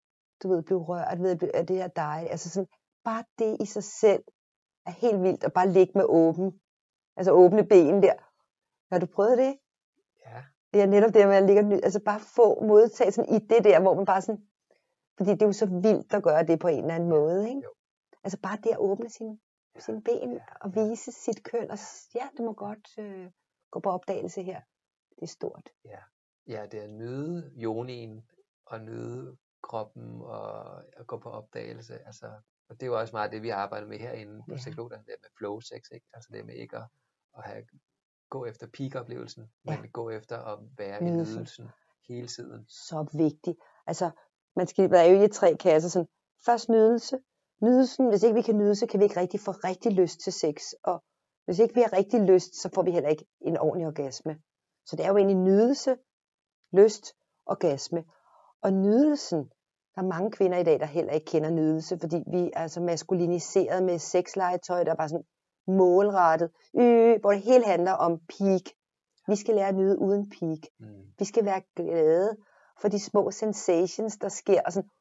rørt ved at det her dejligt. Altså sådan, bare det i sig selv er helt vildt, at bare ligge med åbne ben der. Har du prøvet det? Ja. Det er netop det med at ligge, altså bare få modtagelsen i det der, hvor man bare sådan, fordi det er jo så vildt at gøre det på en eller anden måde, ikke? Jo. Altså bare det at åbne sine ben og vise sit køn, og ja, det må godt gå på opdagelse her. Det er stort. Ja, det er at nyde yonien, og nyde kroppen, og at gå på opdagelse, altså, og det er jo også meget det, vi arbejder med herinde på Sexologen, det med flow sex, ikke? Altså det med ikke at gå efter peak-oplevelsen, men gå efter at være i nydelsen hele tiden. Så vigtigt. Altså, man skal være jo i 3 kasser, sådan, først nydelsen, hvis ikke vi kan nyde, så kan vi ikke rigtig få rigtig lyst til sex, og hvis ikke vi har rigtig lyst, så får vi heller ikke en ordentlig orgasme. Så det er jo egentlig nydelse, lyst, orgasme. Og nydelsen, der er mange kvinder i dag, der heller ikke kender nydelse, fordi vi er så maskuliniseret med sexlegetøj, der er bare sådan målrettet, hvor det hele handler om peak. Vi skal lære at nyde uden peak. Vi skal være glade for de små sensations, der sker, og sådan,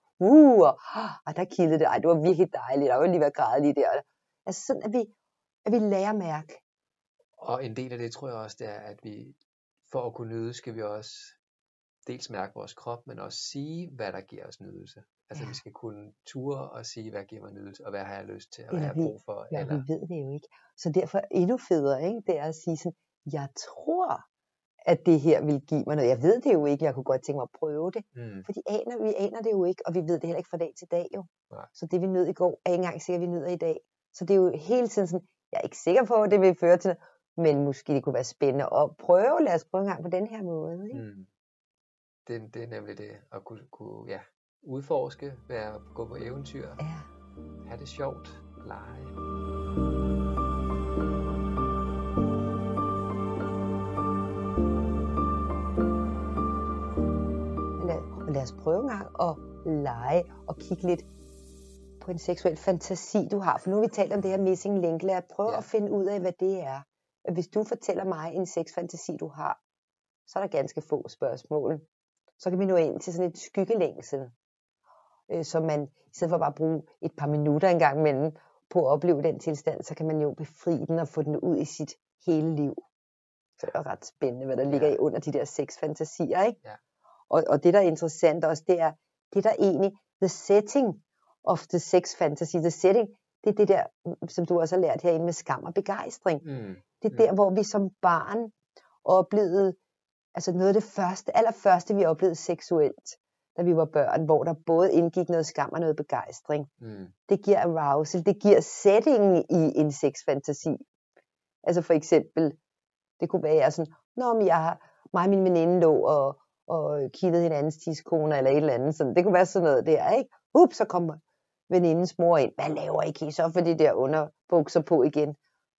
og der kildede det, det var virkelig dejligt, der var lige været grædet lige der. Altså sådan, at vi lærer at mærke. Og en del af det, tror jeg også, det er, at vi, for at kunne nyde, skal vi også dels mærke vores krop, men også sige, hvad der giver os nydelse. Altså vi skal kunne ture og sige, hvad giver mig nydelse, og hvad har jeg lyst til, og hvad har jeg brug for. Ja, vi ved det jo ikke. Så derfor endnu federe, ikke? Det er at sige sådan, jeg tror, at det her vil give mig noget. Jeg ved det jo ikke, jeg kunne godt tænke mig at prøve det. For vi aner det jo ikke, og vi ved det heller ikke fra dag til dag jo. Nej. Så det vi nød i går, er ikke engang sikkert, vi nyder i dag. Så det er jo hele tiden sådan, jeg er ikke sikker på, at det vil føre til, men måske det kunne være spændende at prøve. Lad os prøve en gang på den her måde. Ikke? Det er nemlig det, at kunne udforske, gå på eventyr, have det sjovt, lege. Lad os prøve en gang at lege og kigge lidt på en seksuel fantasi, du har. For nu har vi talt om det her missing link. Lad os prøve at finde ud af, hvad det er. Hvis du fortæller mig en sexfantasi, du har, så er der ganske få spørgsmål. Så kan vi nå ind til sådan et skyggelængsel, så man i stedet for bare at bruge et par minutter en gang imellem på at opleve den tilstand, så kan man jo befri den og få den ud i sit hele liv. Så det er ret spændende, hvad der ligger under de der sexfantasier, ikke? Ja. Og det, der er interessant også, det er der egentlig, the setting of the sex fantasy, the setting, det er det der, som du også har lært herinde med skam og begejstring. Det er der, hvor vi som barn oplevede, altså noget af det allerførste, vi oplevede seksuelt, da vi var børn, hvor der både indgik noget skam og noget begejstring. Det giver arousal, det giver settingen i en sexfantasi. Altså for eksempel, det kunne være sådan, mig og min veninde lå og kiggede hinandens tidskoner eller et eller andet. Sådan. Det kunne være sådan noget der, ikke? Så kommer venindens mor ind. Hvad laver I? Kan I så få de der underbukser på igen?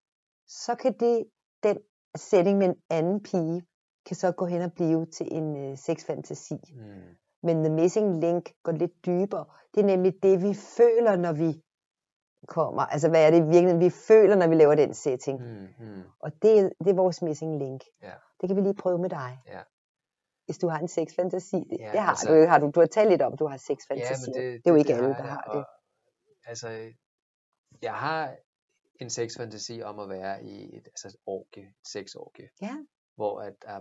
Så kan den setting med en anden pige, kan så gå hen og blive til en sexfantasi. Men the missing link går lidt dybere. Det er nemlig det, vi føler, når vi kommer. Altså, hvad er det virkelig, vi føler, når vi laver den setting? Og det er vores missing link. Ja. Det kan vi lige prøve med dig. Ja. Hvis du har en sexfantasi. Ja, det har du. Du har talt lidt om, du har sexfantasi. Ja, det er jo ikke alle, der har det. Altså, jeg har en sexfantasi om at være i et sexorgie. Ja. Hvor at der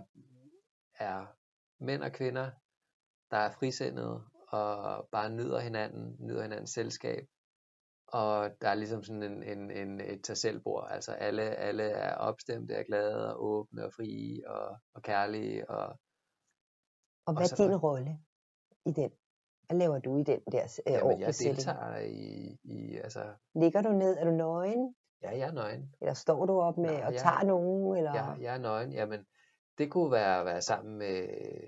er mænd og kvinder, der er frisindede og bare nyder hinandens selskab. Og der er ligesom sådan et tag-selv-bord. Altså alle er opstemte, er glade og åbne og frie og kærlige. Og hvad er din rolle i den? Hvad laver du i den der jeg deltager i altså... Ligger du ned? Er du nøgen? Ja, jeg er nøgen. Eller står du op med og tager nogen? Eller? Ja, jeg er nøgen. Jamen, det kunne være sammen med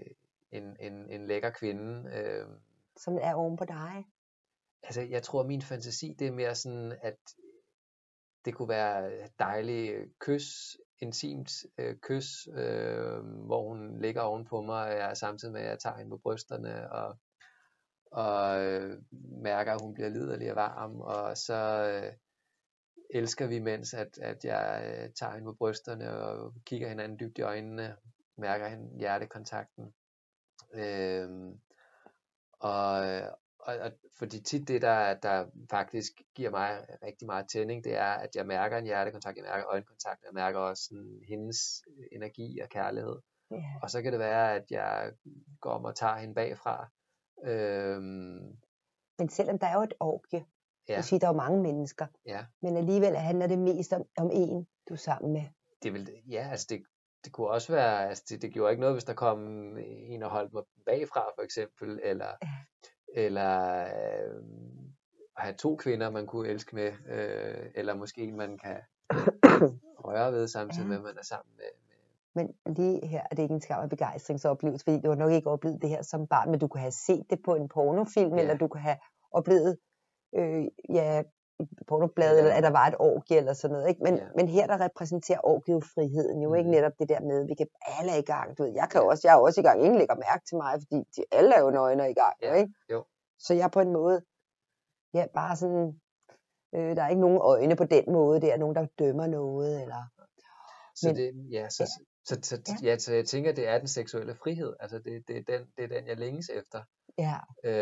en lækker kvinde. Som er oven på dig? Altså, jeg tror, min fantasi, det er mere sådan, at det kunne være dejligt intimt kys, hvor hun ligger oven på mig, og jeg samtidig med, at jeg tager hende på brysterne, og mærker, at hun bliver liderlig og varm, og så elsker vi, mens at jeg tager hende på brysterne og kigger hinanden dybt i øjnene, mærker hende hjertekontakten. Og fordi tit det, der faktisk giver mig rigtig meget tænding, det er, at jeg mærker en hjertekontakt, jeg mærker øjenkontakt, jeg mærker også sådan, hendes energi og kærlighed. Ja. Og så kan det være, at jeg går om og tager hende bagfra. Men selvom der er jo et orgie, Ja. sige, der er jo mange mennesker, Ja. men alligevel handler det mest om en, du er sammen med. Det vil, ja, altså det kunne også være, altså det gjorde ikke noget, hvis der kom en og holdt mig bagfra, for eksempel, eller have 2 kvinder, man kunne elske med, eller måske en, man kan røre ved samtidig med, at man er sammen med. Men lige her er det ikke en skam af begejstringsoplevelse, fordi du har nok ikke oplevet det her som barn, men du kan have set det på en pornofilm, eller du kan have oplevet pornoblad, eller at der var et orgie eller sådan noget. Ikke? Men her der repræsenterer orgie friheden jo, ikke netop det der med, vi kan alle er i gang. Du ved, jeg er også i gang, ingen lægger mærke til mig, fordi de alle er jo nøgne i gang. Ja. Ikke? Jo. Så jeg på en måde, bare sådan, der er ikke nogen øjne på den måde, der er nogen, der dømmer noget, eller... Så jeg tænker, det er den seksuelle frihed. Altså det er den, jeg længes efter. Ja.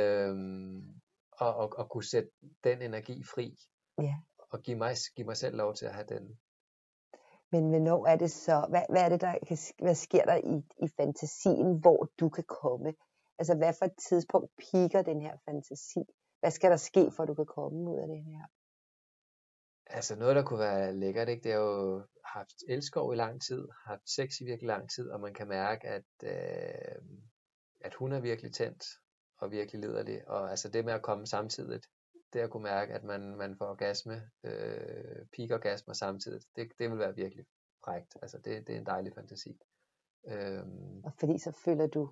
Og kunne sætte den energi fri. Ja. Og give mig selv lov til at have den. Men hvornår er det så? Hvad er det hvad sker der i fantasien, hvor du kan komme? Altså hvad for et tidspunkt piker den her fantasi? Hvad skal der ske, for at du kan komme ud af det her? Altså noget, der kunne være lækkert, ikke? Det er jo haft elskov i lang tid, haft sex i virkelig lang tid, og man kan mærke, at hun er virkelig tændt og virkelig liderlig. Og altså det med at komme samtidigt, det at kunne mærke, at man får orgasme, peak-orgasmer samtidigt, det vil være virkelig frækt. Altså det er en dejlig fantasi. Og fordi så føler du?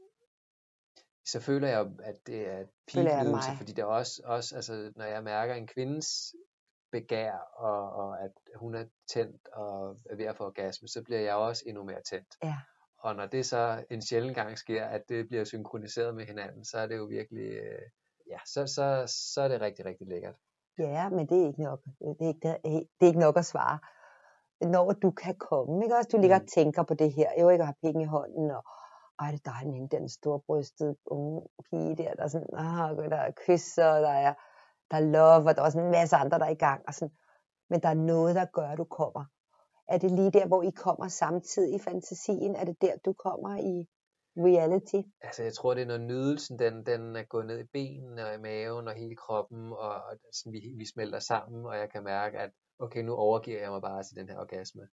Så føler jeg, at det er peak-nydelse, fordi det er også altså når jeg mærker en kvindes begær, og at hun er tændt og er ved at få orgasme, så bliver jeg også endnu mere tændt. Ja. Og når det så en sjælden gang sker, at det bliver synkroniseret med hinanden, så er det jo virkelig, så er det rigtig, rigtig lækkert. Ja, men det er ikke nok. Det er ikke nok at svare. Når du kan komme, ikke også? Du ligger og tænker på det her, jo ikke, og har penge i hånden, og ej, det er dejligt med den storbrystede unge pige der er sådan, der er kys, og der er love, og der er også en masse andre, der er i gang, og sådan. Men der er noget, der gør, at du kommer. Er det lige der, hvor I kommer samtidig i fantasien? Er det der, du kommer i reality? Altså, jeg tror, det er, når nydelsen, den er gået ned i benene og i maven og hele kroppen, og sådan, vi smelter sammen, og jeg kan mærke, at okay, nu overgiver jeg mig bare til den her orgasme.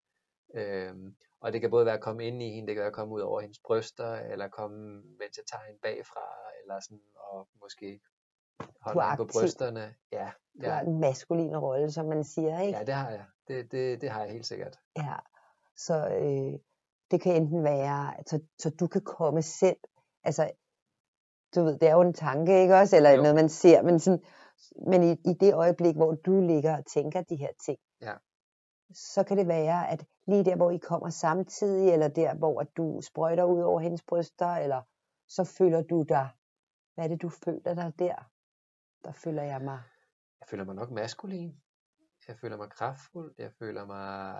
Og det kan både være at komme ind i hende, det kan være at komme ud over hendes bryster, eller komme, mens jeg tager hende bagfra, eller sådan, og måske holde hende på brysterne. Ja, du har en maskulin rolle, som man siger, ikke? Ja, det har jeg. Det har jeg helt sikkert. Ja, så det kan enten være, så du kan komme selv, altså, du ved, det er jo en tanke, ikke også, eller noget man ser, men i det øjeblik, hvor du ligger og tænker de her ting, så kan det være, at lige der, hvor I kommer samtidig, eller der, hvor du sprøjter ud over hendes bryster, eller så føler du dig, hvad er det, du føler dig der? Der føler jeg mig. Jeg føler mig nok maskulin. Jeg føler mig kraftfuld. Jeg føler mig,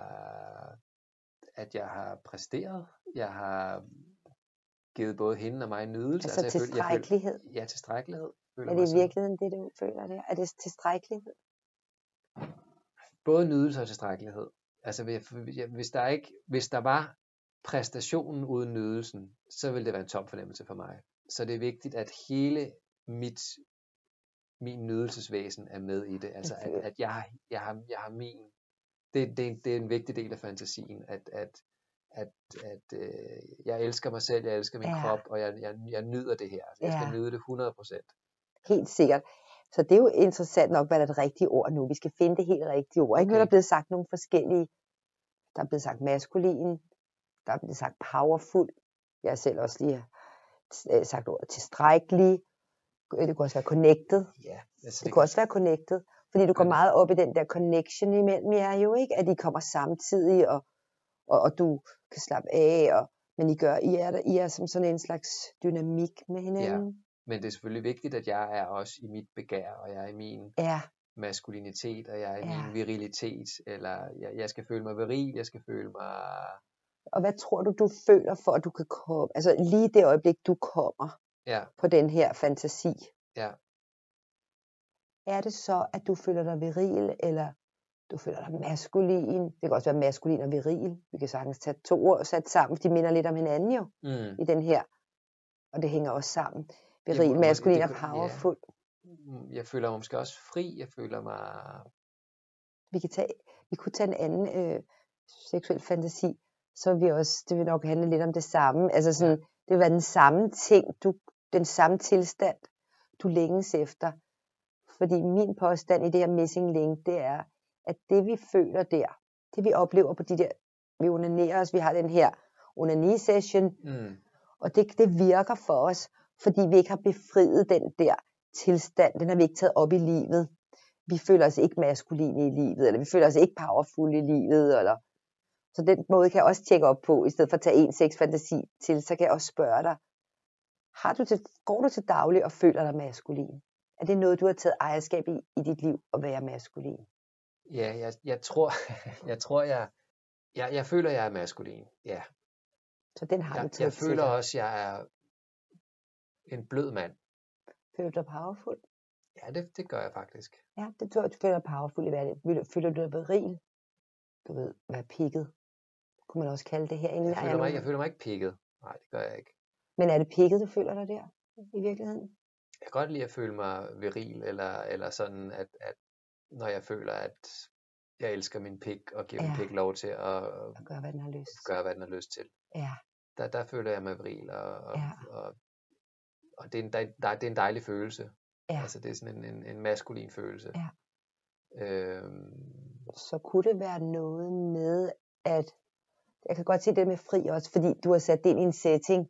at jeg har præsteret. Jeg har givet både hende og mig en nydelse. Altså tilstrækkelighed. Tilstrækkelighed. Er det i virkeligheden det, du føler der? Er det tilstrækkelighed? Både nydelse og tilstrækkelighed. Altså hvis der var præstationen uden nydelsen, så ville det være en tom fornemmelse for mig. Så det er vigtigt, at hele min nydelsesvæsen er med i det. Altså at jeg har min. Det er en vigtig del af fantasien, at jeg elsker mig selv, jeg elsker min krop, og jeg nyder det her. Jeg skal nyde det 100%. Helt sikkert. Så det er jo interessant nok, hvad der er det rigtige ord nu. Vi skal finde det helt rigtige ord. Ikke? Okay. Der er blevet sagt nogle forskellige. Der er blevet sagt maskulin. Der er blevet sagt powerful. Jeg har selv også lige sagt ordet tilstrækkelig. Det kunne også være connected. Ja, altså det kunne også være connected. Fordi du går meget op i den der connection imellem jer jo, ikke? At I kommer samtidig, og du kan slappe af. Men I er som sådan en slags dynamik med hinanden. Men det er selvfølgelig vigtigt, at jeg er også i mit begær, og jeg er i min Ja, maskulinitet, og jeg er i ja. min virilitet, eller jeg skal føle mig viril, jeg skal føle mig... Og hvad tror du føler for, at du kan komme, altså lige det øjeblik, du kommer Ja, på den her fantasi, ja. er det så, at du føler dig viril, eller du føler dig maskulin? Det kan også være maskulin og viril. Vi kan sagtens tage 2 ord sat sammen, de minder lidt om hinanden jo, i den her. Og det hænger også sammen. Viril, maskulin og powerful. Ja. Jeg føler mig måske også fri, jeg føler mig... Vi kunne tage en anden seksuel fantasi, så vil det vil nok handle lidt om det samme. Altså sådan, det vil være den samme ting, den samme tilstand, du længes efter. Fordi min påstand i det her missing link, det er, at det vi føler der, det vi oplever på de der, vi onanerer os, vi har den her onani-session, og det virker for os, fordi vi ikke har befriet den der tilstand, den har vi ikke taget op i livet. Vi føler os ikke maskuline i livet, eller vi føler os ikke powerful i livet, eller så den måde kan jeg også tjekke op på, i stedet for at tage en sexfantasi til, så kan jeg også spørge dig, går du til daglig og føler dig maskulin? Er det noget, du har taget ejerskab i dit liv, at være maskulin? Ja, jeg føler, jeg er maskulin, ja. Så den har du taget jeg føler også, jeg er en blød mand. Føler du dig powerful? Ja, det gør jeg faktisk. Ja, det tror jeg, du føler dig powerful i hverdagen. Føler du dig viril? Du ved, være pikket. Kunne man også kalde det her. Jeg føler mig ikke pikket. Nej, det gør jeg ikke. Men er det pikket, du føler dig der i virkeligheden? Jeg kan godt lide at føle mig viril, eller sådan, at når jeg føler, at jeg elsker min pik, og giver min pik lov til at gøre, hvad den har lyst. Gøre, hvad den har lyst til. Ja. Der føler jeg mig viril, og det er en dejlig følelse. Ja. Altså det er sådan en maskulin følelse. Ja. Så kunne det være noget med, at jeg kan godt se det med fri også, fordi du har sat det ind i en setting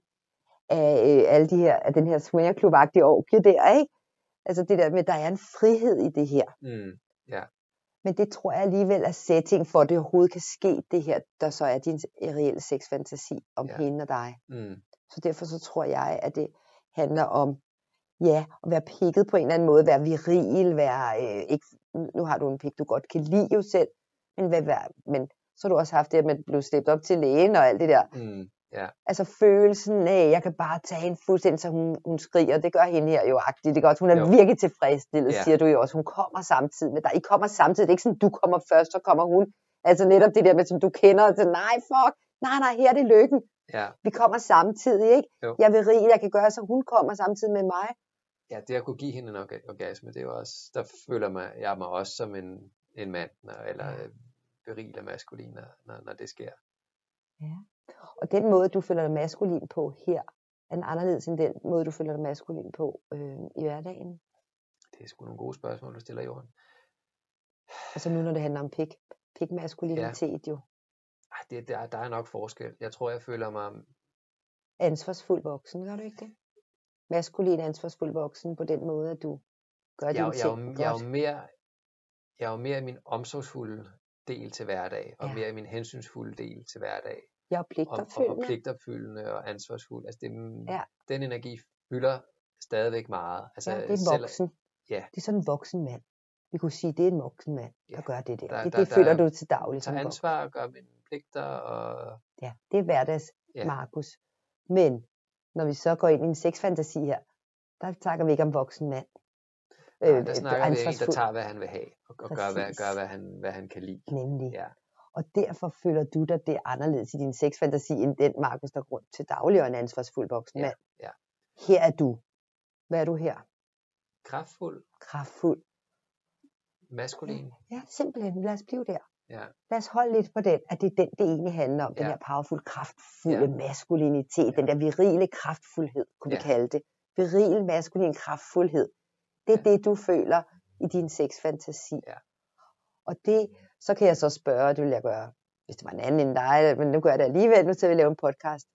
af alle de her, af den her swingerklub-agtige orgie der, ikke? Altså det der med, at der er en frihed i det her. Ja. Men det tror jeg alligevel er setting for, at det overhovedet kan ske, det her, der så er din reelle sexfantasi om hende og dig. Så derfor så tror jeg, at det handler om, at være pikket på en eller anden måde, være viril, ikke, nu har du en pik, du godt kan lide jo selv, men så har du også haft det, at man blev slæbt op til lægen og alt det der. Altså følelsen af, jeg kan bare tage hende fuldstændig, så hun skriger, det gør hende her jo agtigt, det gør også, hun er virkelig tilfredsstillet, siger du jo også, hun kommer samtidig med dig, I kommer samtidig, det er ikke sådan, du kommer først, så kommer hun, altså netop det der med, som du kender, og så nej, her er det lykken, vi kommer samtidig, ikke, jeg vil rige, jeg kan gøre, så hun kommer samtidig med mig. Ja, det at kunne give hende en orgasme, det er jo også, der føler jeg mig også som en mand, eller viril og maskulin, når det sker. Ja. Og den måde, du føler dig maskulin på her, er den anderledes end den måde, du føler dig maskulin på i hverdagen? Det er sgu nogle gode spørgsmål, du stiller, Jorden. Altså nu, når det handler om pik-maskulinitet jo. Der er nok forskel. Jeg tror, jeg føler mig... ansvarsfuld voksen, gør du ikke det? Maskulin ansvarsfuld voksen på den måde, at du gør dine ting godt. Jeg er jo mere i min omsorgsfulde del til hverdag, og mere i min hensynsfulde del til hverdag. Ja, og pligtopfyldende. Og pligtopfyldende og ansvarsfuld. Altså den energi fylder stadigvæk meget. Altså, det er voksen. Det er sådan en voksen mand. Vi kunne sige, det er en voksen mand, der gør det der. Det føler du til daglig. Tager ansvar og gør mine pligter. Og... Ja, det er hverdags Markus. Men når vi så går ind i en sexfantasi her, der snakker vi ikke om voksen mand. Der snakker vi en, der tager, hvad han vil have, og gør, hvad han kan lide. Nemlig. Ja. Og derfor føler du dig det anderledes i din sexfantasi, end den Markus, der går rundt til daglig og en ansvarsfuld voksen mand. Ja. Her er du. Hvad er du her? Kraftfuld. Maskulin. Ja, simpelthen. Lad os blive der. Ja. Lad os holde lidt på den, at det er den, det egentlig handler om. Den her powerful, kraftfulde maskulinitet. Den der virile kraftfuldhed, kunne vi kalde det. Viril, maskulin kraftfuldhed. Det er det, du føler i din sexfantasi. Ja. Og det, så kan jeg så spørge, det vil jeg gøre, hvis det var en anden end dig, men nu gør jeg det alligevel, nu skal vi lave en podcast.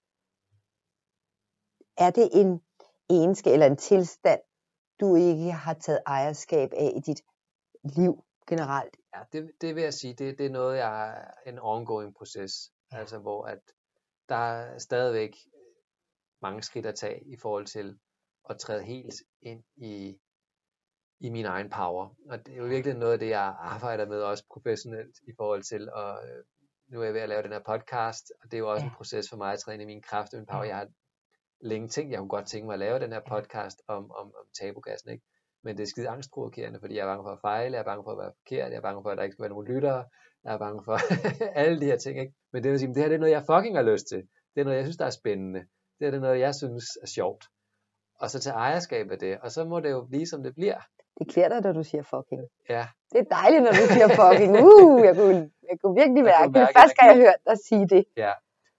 Er det en egenskab eller en tilstand, du ikke har taget ejerskab af i dit liv generelt? Ja, det vil jeg sige, det er noget, jeg er en ongoing proces, altså hvor at der er stadigvæk mange skridt at tage i forhold til at træde helt ind i min egen power. Og det er jo virkelig noget af det, jeg arbejder med også professionelt i forhold til, og nu er jeg ved at lave den her podcast, og det er jo også en proces for mig at træne min kraft og min power. Jeg har længe tænkt, jeg kunne godt tænke mig at lave den her podcast om tabukassen, ikke? Men det er skide angstprovokerende, fordi jeg er bange for at fejle, jeg er bange for at være forkert, jeg er bange for, at der ikke skal være nogen lyttere, jeg er bange for alle de her ting, ikke? Men det vil sige, det her det er noget, jeg fucking har lyst til. Det er noget, jeg synes, der er spændende. Det er noget, jeg synes er sjovt. Og så tage ejerskab af det, og så må det jo blive, som det bliver. Det klæder dig, når du siger fucking. Ja. Det er dejligt, når du siger fucking. Jeg kunne virkelig mærke det. Det er første gang, jeg har hørt dig sige det. Ja.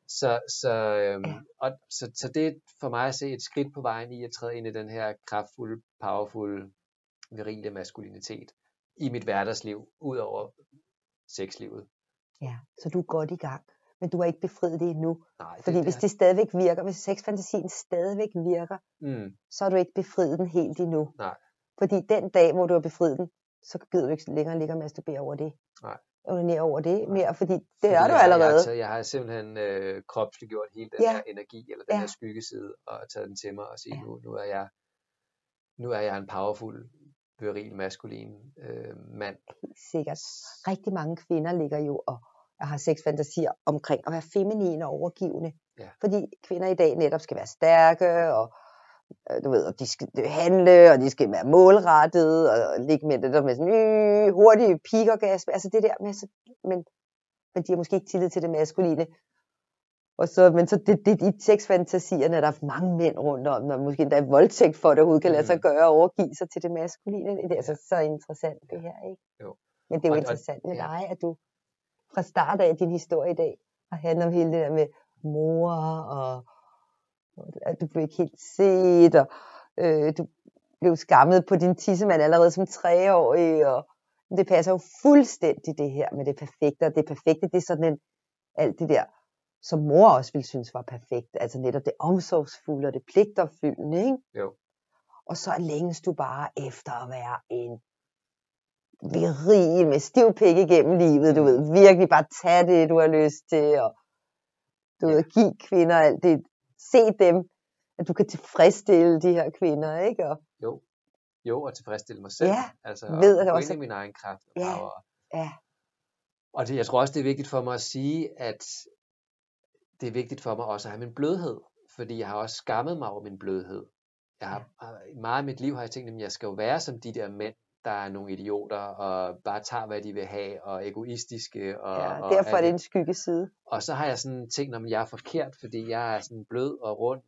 Så det er for mig at se et skridt på vejen i at træde ind i den her kraftfulde, powerful, virile maskulinitet i mit hverdagsliv, ud over sexlivet. Ja, så du er godt i gang. Men du har ikke befriet det endnu. Nej, fordi hvis det stadigvæk virker, hvis sexfantasien stadigvæk virker, så har du ikke befriet den helt endnu. Nej. Fordi den dag, hvor du har befriet den, så gider du ikke længere ligge og masturbere over det. Nej. Onanere over det mere, fordi det er du allerede. Jeg har simpelthen kropsliggjort hele den her energi, eller den her skyggeside, og taget den til mig og sige, nu er jeg en powerful, viril, maskulin mand. Helt sikkert. Rigtig mange kvinder ligger jo og har sexfantasier omkring at være feminine og overgivende. Ja. Fordi kvinder i dag netop skal være stærke, og du ved, og de skal handle, og de skal være målrettede, og ligge med det der med sådan hurtige pikorgasme, altså det der med, men de har måske ikke tillid til det maskuline. Og så, men så det i sexfantasierne, der er mange mænd rundt om, og måske der er voldtægt for, at det overhovedet kan lade sig gøre og overgive sig til det maskuline. Det er altså så interessant det her, ikke? Jo. Men det er jo interessant med dig, at du fra start af din historie i dag har handlet om hele det der med mor, og at du blev ikke helt set, og du blev skammet på din tissemand allerede som 3-årig, og det passer jo fuldstændig det her med det perfekte, og det perfekte, det er sådan alt det der, som mor også ville synes var perfekt, altså netop det omsorgsfulde og det pligtopfyldende, ikke? Jo. Og så længes du bare efter at være en viril med stiv pik igennem livet, du ved, virkelig bare tage det, du har lyst til, og du ved, give kvinder alt det, se dem, at du kan tilfredsstille de her kvinder, ikke? Og jo, og tilfredsstille mig selv, altså ved, at gå også ind i min egen kraft og power. Ja. Og jeg tror også, det er vigtigt for mig at sige, at det er vigtigt for mig også at have min blødhed, fordi jeg har også skammet mig over min blødhed. Jeg har meget af mit liv har jeg tænkt, at jeg skal jo være som de der mænd, der er nogle idioter, og bare tager, hvad de vil have, og egoistiske. Og derfor er det en skyggeside. Og så har jeg sådan tænkt, at jeg er forkert, fordi jeg er sådan blød og rund,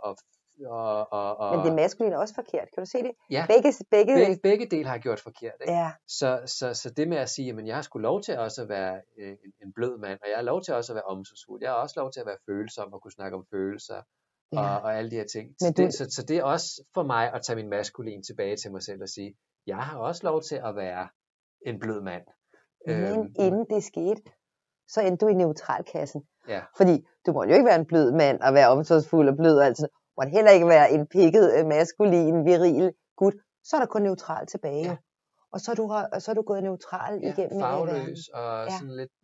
Men det maskuline er også forkert, kan du se det? Ja, begge dele har jeg gjort forkert. Ikke? Ja. Så det med at sige, at jeg har sgu lov til også at være en blød mand, og jeg har lov til også at være omsorgsfuld, jeg har også lov til at være følsom, og kunne snakke om følelser, og alle de her ting. Så det er også for mig at tage min maskulin tilbage til mig selv og sige, jeg har også lov til at være en blød mand. Men inden det skete, så endte du i neutralkassen. Ja. Fordi du må jo ikke være en blød mand og være omsorgsfuld og blød og alt sådan. Du må heller ikke være en pikket, maskulin, viril gut. Så er der kun neutral tilbage. Ja. Og så er du gået neutral igennem. Farveløs og sådan lidt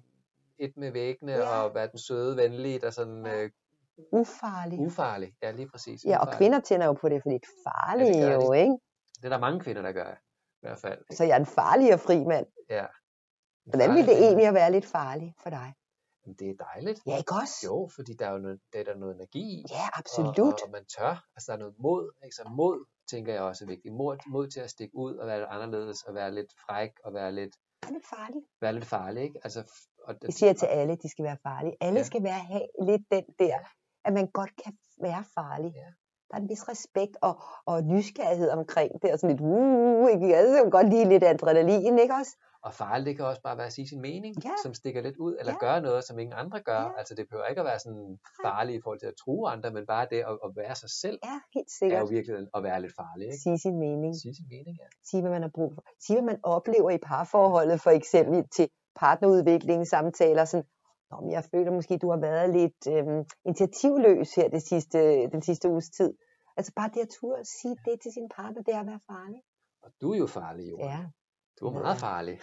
med væggene og være den søde, venlige, der sådan... Ufarlig, ja lige præcis. Ja, og kvinder tænder jo på det, fordi det er farligt jo, ikke? Det er der mange kvinder, der gør, i hvert fald. Ikke? Så jeg er en farlig og fri mand. Ja. Hvordan vil det egentlig at være lidt farlig for dig? Det er dejligt. Ja, ikke også? Jo, fordi der er jo noget energi i. Ja, absolut. Og man tør. Altså der er noget mod. Ikke? Så mod, tænker jeg også er vigtigt. Mod til at stikke ud og være lidt anderledes, og være lidt fræk, og være lidt farlig. Være lidt farlig, ikke? Altså, jeg siger til alle, de skal være farlige. Alle skal have lidt den der, at man godt kan være farlig. Ja. Der er en vis respekt og nysgerrighed omkring det, og sådan lidt, ikke? Altså, jeg kan godt lide lidt adrenalin, ikke også? Og farligt, det kan også bare være at sige sin mening, som stikker lidt ud, eller gøre noget, som ingen andre gør. Ja. Altså det behøver ikke at være sådan farligt i forhold til at true andre, men bare det at være sig selv, helt sikkert. Er jo virkelig at være lidt farlig. Ikke? Sige sin mening. Sige sin mening, ja. Sige, hvad man har brug for. Sige, hvad man oplever i parforholdet, for eksempel til partnerudvikling, samtaler, sådan, jeg føler måske, du har været lidt initiativløs her den sidste uges tid. Altså bare det at turde sige det til sin partner, det er at være farlig. Og du er jo farlig, jo. Ja. Du er meget farlig.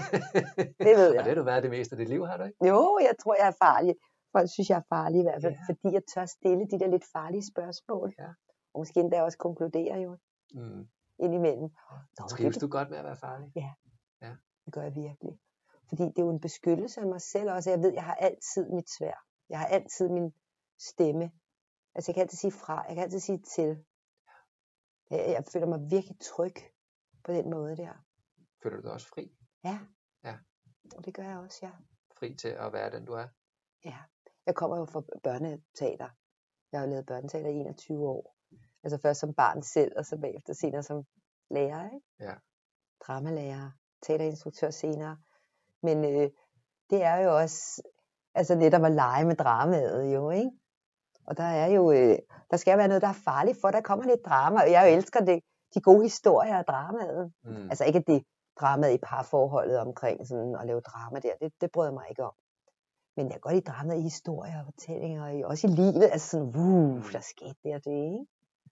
Det ved jeg. Og det har du været det meste af dit liv, har du ikke? Jo, jeg tror, jeg er farlig. Folk synes, jeg er farlig i hvert fald, fordi jeg tør stille de der lidt farlige spørgsmål. Ja. Og måske endda også konkludere jo indimellem. Trives du godt med at være farlig? Ja, Ja. Det gør jeg virkelig. Fordi det er jo en beskyttelse af mig selv også. Jeg ved, jeg har altid mit sværd. Jeg har altid min stemme. Altså jeg kan altid sige fra, jeg kan altid sige til. Jeg føler mig virkelig tryg på den måde der. Føler du dig også fri? Ja. Ja. Og det gør jeg også, ja. Fri til at være den du er? Ja. Jeg kommer jo fra børneteater. Jeg har jo lavet børneteater i 21 år. Altså først som barn selv, og så bagefter senere som lærer, ikke? Ja. Dramalærer, teaterinstruktør senere. Men det er jo også, altså netop at lege med dramaet jo, ikke? Og der er jo, der skal være noget, der er farligt for, der kommer lidt drama, og jeg elsker det, de gode historier af dramaet. Altså ikke det dramaet i parforholdet omkring sådan at lave drama der, det bryder mig ikke om. Men jeg kan godt lide dramaet i historier og fortællinger, og også i livet, altså sådan, der skete det, ikke?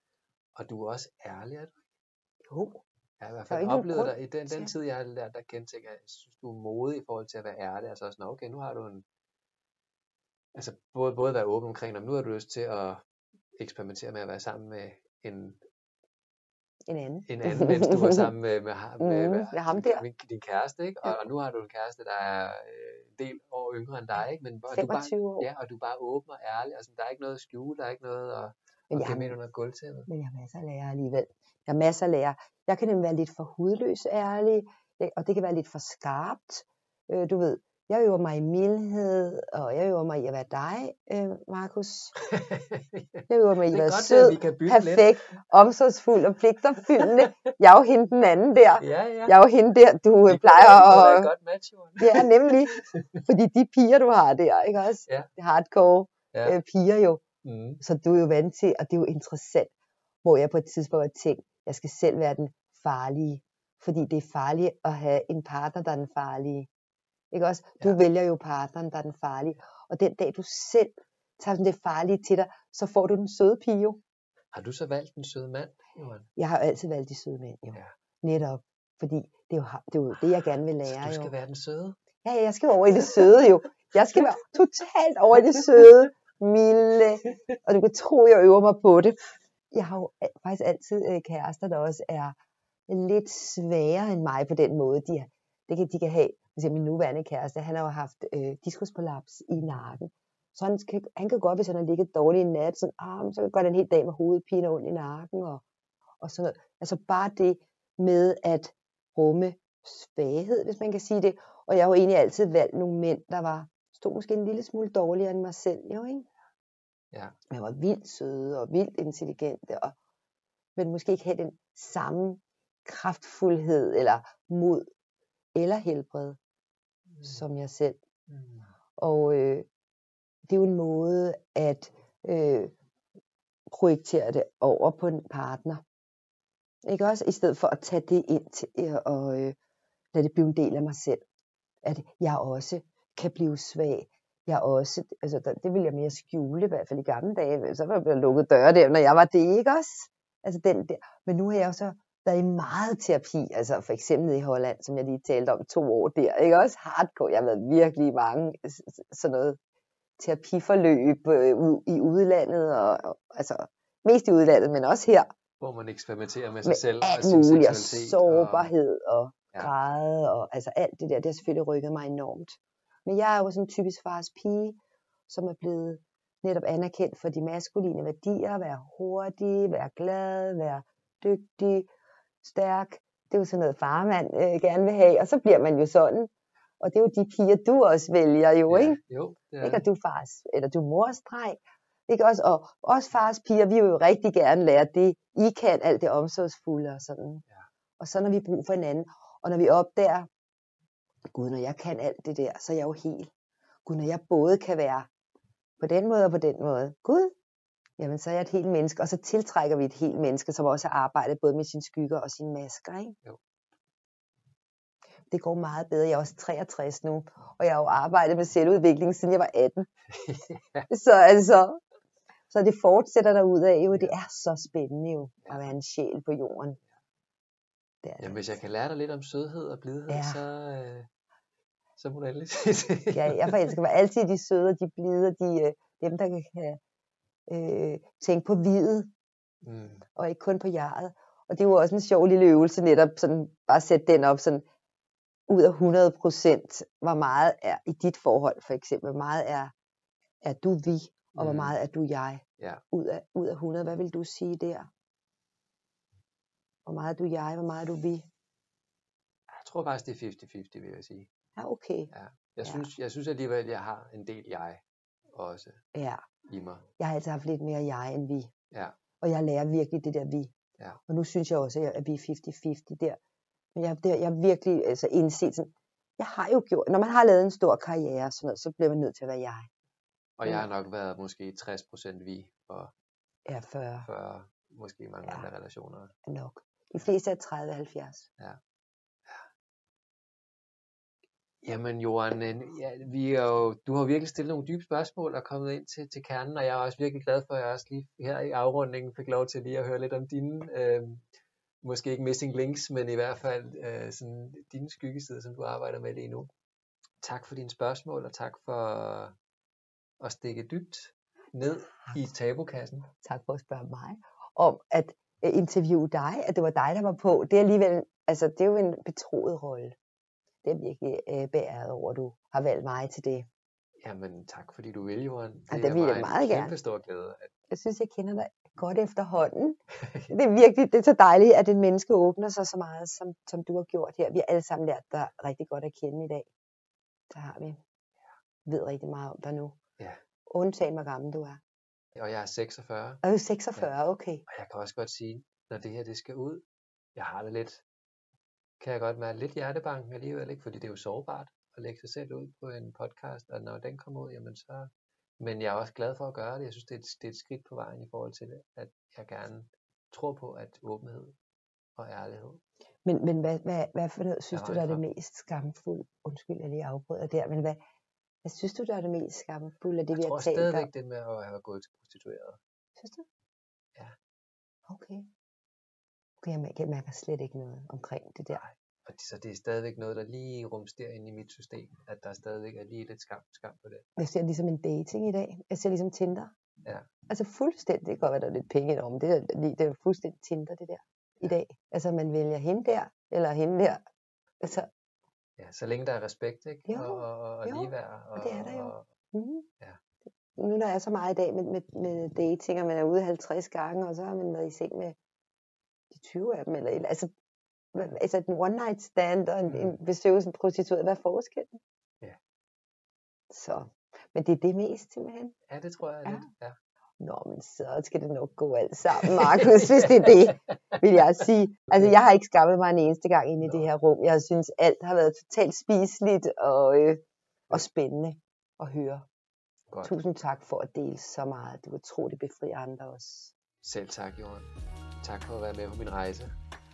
Og du er også ærlig, er du? Jo. Jeg har i hvert fald oplevet dig i den tid, jeg har lært dig at kende, tænker jeg synes, du er modig i forhold til at være ærlig. Altså sådan, okay, nu har du en... Altså både være åben omkring dig, men nu har du lyst til at eksperimentere med at være sammen med en anden, mens du var sammen med ham der. Din kæreste, ikke? Og nu har du en kæreste, der er en del år yngre end dig, ikke? Men 25 år. Ja, og du er bare åben og ærlig. Altså, der er ikke noget at skjule, der er ikke noget at gemme ind under gulvtæppet. Men jeg har masser af lærer alligevel. Jeg har masser af lærer. Jeg kan nemlig være lidt for hudløs ærlig, og det kan være lidt for skarpt. Du ved, jeg øver mig i mildhed, og jeg øver mig i at være dig, Markus. Jeg øver mig i at være sød, perfekt, omsorgsfuld og pligtopfyldende. Jeg er jo hende den anden der. Ja. Jeg er jo hende der, du plejer at... Det er godt match, Ja, nemlig. Fordi de piger, du har der, ikke også? Ja. Det hardcore piger jo. Så du er jo vant til, og det er jo interessant, hvor jeg på et tidspunkt har tænkt, jeg skal selv være den farlige. Fordi det er farligt at have en partner, der er den farlige. Ikke også? Du vælger jo partneren, der er den farlige. Og den dag du selv tager sådan det farlige til dig, så får du den søde pige jo. Har du så valgt den søde mand, Johan? Jeg har altid valgt de søde mænd, jo. Ja. Netop. Fordi det er jo det, jeg gerne vil lære. Så du skal være den søde? Ja, jeg skal over i det søde jo. Jeg skal være totalt over i det søde, milde. Og du kan tro, jeg øver mig på det. Jeg har jo faktisk altid kærester, der også er lidt sværere end mig på den måde. De kan have. Min nuværende kæreste, han har jo haft diskusprolaps i nakken. Så han kan godt, hvis han har ligget dårligt en nat, sådan, så kan godt en hel dag med hovedpine og ondt i nakken. Og sådan noget. Altså bare det med at rumme svaghed, hvis man kan sige det. Og jeg har jo egentlig altid valgt nogle mænd, der stod måske en lille smule dårligere end mig selv, jo, ikke? Ja. Jeg var vildt søde og vildt intelligente, men måske ikke have den samme kraftfuldhed eller mod eller helbred som jeg selv. Og det er jo en måde at projektere det over på en partner. Ikke også? I stedet for at tage det ind til, og lade det blive en del af mig selv. At jeg også kan blive svag. Jeg også, altså det ville jeg mere skjule, i hvert fald i gamle dage. Så var jeg lukket døre der, når jeg var det, ikke også? Altså den der. Men nu har jeg også været i meget terapi, altså for eksempel i Holland, som jeg lige talte om 2 år der, ikke også? Hardcore, jeg har været virkelig mange sådan noget terapiforløb i udlandet, og altså mest i udlandet, men også her. Hvor man eksperimenterer med sig selv og sin seksualitet. Og sårbarhed og græde, og altså alt det der, det har selvfølgelig rykket mig enormt. Men jeg er jo sådan en typisk fars pige, som er blevet netop anerkendt for de maskuline værdier, være hurtig, være glad, være dygtig, stærk. Det er jo sådan noget farmand gerne vil have, og så bliver man jo sådan. Og det er jo de piger, du også vælger jo, ikke? Jo, det er. Ikke, at du er fars, eller du er mors dreng. Ikke også? Og også fars piger, vi vil jo rigtig gerne lære det, I kan, alt det omsorgsfulde og sådan. Ja. Og så når vi brug for hinanden, og når vi opdager, Gud, når jeg kan alt det der, så er jeg jo helt. Gud, når jeg både kan være på den måde og på den måde. Gud, jamen så er jeg et helt menneske, og så tiltrækker vi et helt menneske, som også har arbejdet både med sine skygger og sine masker, ikke? Jo. Det går meget bedre. Jeg er også 63 nu, og jeg har jo arbejdet med selvudvikling, siden jeg var 18. Så det fortsætter derudad jo. Det er så spændende jo, at være en sjæl på jorden. Jamen, hvis jeg kan lære dig lidt om sødhed og blidhed, så må du endelig sige det. Ja, jeg forelsker mig altid de søde, de blide, dem der kan tænke på videt. og ikke kun på jeget. Og det er jo også en sjov lille øvelse netop, sådan bare sætte den op sådan, ud af 100%, hvor meget er i dit forhold for eksempel, hvor meget er du vi, og hvor meget er du jeg. Ja. Ud af 100, hvad vil du sige der? Hvor meget er du jeg, hvor meget er du vi? Jeg tror faktisk det er 50-50, vil jeg sige. Ja, okay. Ja. Jeg synes alligevel, at jeg har en del jeg også i mig. Jeg har altid haft lidt mere jeg end vi. Ja. Og jeg lærer virkelig det der vi. Ja. Og nu synes jeg også, at vi er 50-50 der. Men jeg har virkelig altså indset sådan, jeg har jo gjort, når man har lavet en stor karriere, sådan noget, så bliver man nødt til at være jeg. Og jeg har nok været måske 60% vi, og 40 måske mange andre relationer. Nok. De fleste er 30-70. Ja. Jamen Johan, du har virkelig stillet nogle dybe spørgsmål og kommet ind til kernen, og jeg er også virkelig glad for, at jeg også lige her i afrundingen fik lov til lige at høre lidt om dine, måske ikke missing links, men i hvert fald sådan dine skyggesider, som du arbejder med lige nu. Tak for dine spørgsmål, og tak for at stikke dybt ned i tabukassen. Tak for at spørge mig om at interviewe dig, at det var dig, der var på. Det er alligevel, altså det er jo en betroet rolle. Det er virkelig beæret over, at du har valgt mig til det. Jamen tak fordi du vil, Johan. Det vil jeg meget gerne. Kæmpe stor glæde. Jeg synes, jeg kender dig godt efterhånden. Det er virkelig, det er så dejligt, at en menneske åbner sig så meget, som du har gjort her. Vi har alle sammen lært dig rigtig godt at kende i dag. Så har vi. Ved rigtig meget om dig nu. Ja. Undtagen, hvor gammel du er. Og jeg er 46. Og du er 46, okay. Og jeg kan også godt sige, når det her det skal ud, jeg har det lidt, kan jeg godt mærke lidt hjertebanken alligevel, ikke? Fordi det er jo sårbart at lægge sig selv ud på en podcast, og når den kommer ud, jamen så... Men jeg er også glad for at gøre det. Jeg synes, det er et skridt på vejen i forhold til det, at jeg gerne tror på, at åbenhed og ærlighed. Men hvad for noget synes du, der er det mest skamfulde? Undskyld, jeg lige afbryder der, men hvad synes du, der er det mest skamfulde af det, vi har talt om? Jeg tror stadigvæk det med at have gået til prostitueret. Synes du? Ja. Okay, jeg mærker slet ikke noget omkring det der. Nej. Og så det er stadigvæk noget, der lige rumsterer ind i mit system, at der stadigvæk er lige lidt skam på det. Jeg ser ligesom en dating i dag. Jeg ser ligesom Tinder. Ja. Altså fuldstændig, det kan godt være, der er lidt penge om. Det er fuldstændig Tinder, det der i dag. Altså man vælger hende der, eller hende der. Altså, ja, så længe der er respekt, ikke? Jo, og ligeværd. Og det er der jo. Ja. Nu der er så meget i dag med dating, og man er ude 50 gange, og så har man været i seng med de 20 af dem. Eller, altså en one night stand og en besøgelse prostitueret, hvad er forskellen? Ja. Så, men det er det mest simpelthen? Ja, det tror jeg lidt, ja. Nå, men så skal det nok gå alt sammen, Markus, hvis det er det, vil jeg sige. Altså, jeg har ikke skammet mig en eneste gang inde i det her rum. Jeg synes, alt har været totalt spiseligt og spændende at høre. Godt. Tusind tak for at dele så meget. Du utroligt befrier andre også. Selv tak, Johan. Tak for at være med på min rejse.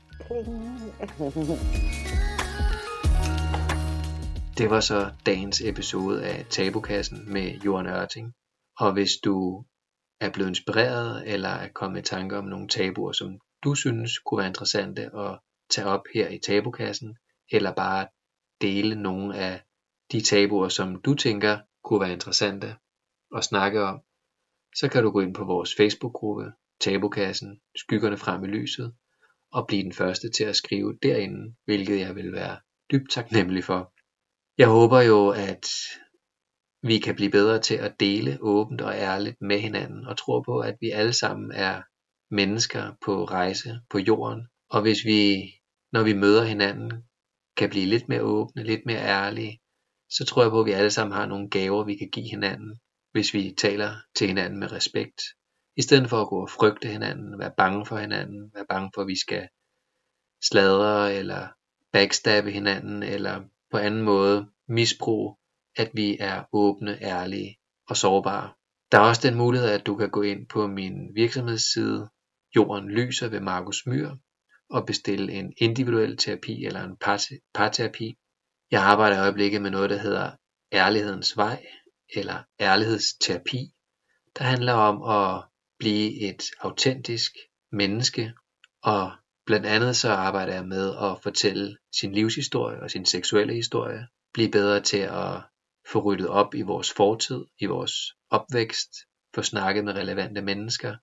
Det var så dagens episode af Tabukassen med Johan Ørting. Og hvis du er blevet inspireret eller er kommet i tanker om nogle tabuer, som du synes kunne være interessante at tage op her i Tabukassen, eller bare dele nogle af de tabuer, som du tænker kunne være interessante at snakke om, så kan du gå ind på vores Facebook-gruppe Tabukassen, Skyggerne frem i lyset, og blive den første til at skrive derinde, hvilket jeg vil være dybt taknemmelig for. Jeg håber jo, at vi kan blive bedre til at dele åbent og ærligt med hinanden, og tror på, at vi alle sammen er mennesker på rejse på jorden, og hvis vi, når vi møder hinanden, kan blive lidt mere åbne, lidt mere ærlige, så tror jeg på, at vi alle sammen har nogle gaver, vi kan give hinanden, hvis vi taler til hinanden med respekt. I stedet for at gå og frygte hinanden, være bange for hinanden, være bange for, at vi skal sladre eller backstabbe hinanden, eller på anden måde misbruge, at vi er åbne, ærlige og sårbare. Der er også den mulighed, at du kan gå ind på min virksomhedsside, Jorden Lyser ved Margus Myhr, og bestille en individuel terapi eller en parterapi. Jeg arbejder i øjeblikket med noget, der hedder Ærlighedens Vej, eller ærlighedsterapi, der handler om at blive et autentisk menneske, og blandt andet så arbejder jeg med at fortælle sin livshistorie og sin seksuelle historie, blive bedre til at få ryddet op i vores fortid, i vores opvækst, få snakket med relevante mennesker,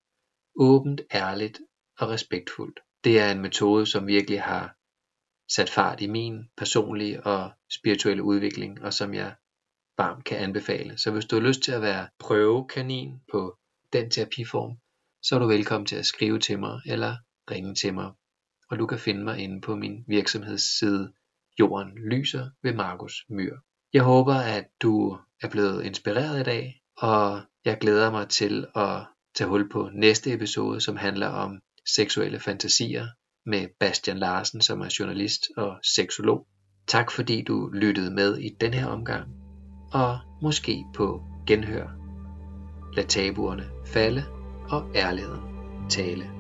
åbent, ærligt og respektfuldt. Det er en metode, som virkelig har sat fart i min personlige og spirituelle udvikling, og som jeg varmt kan anbefale. Så hvis du har lyst til at være prøvekanin på den terapiform, så er du velkommen til at skrive til mig eller ringe til mig. Og du kan finde mig inde på min virksomhedsside Jorden Lyser ved Markus Myhr. Jeg håber, at du er blevet inspireret i dag, og jeg glæder mig til at tage hul på næste episode, som handler om seksuelle fantasier med Bastian Larsen, som er journalist og seksolog. Tak fordi du lyttede med i den her omgang, og måske på genhør. Lad tabuerne falde og ærligheden tale.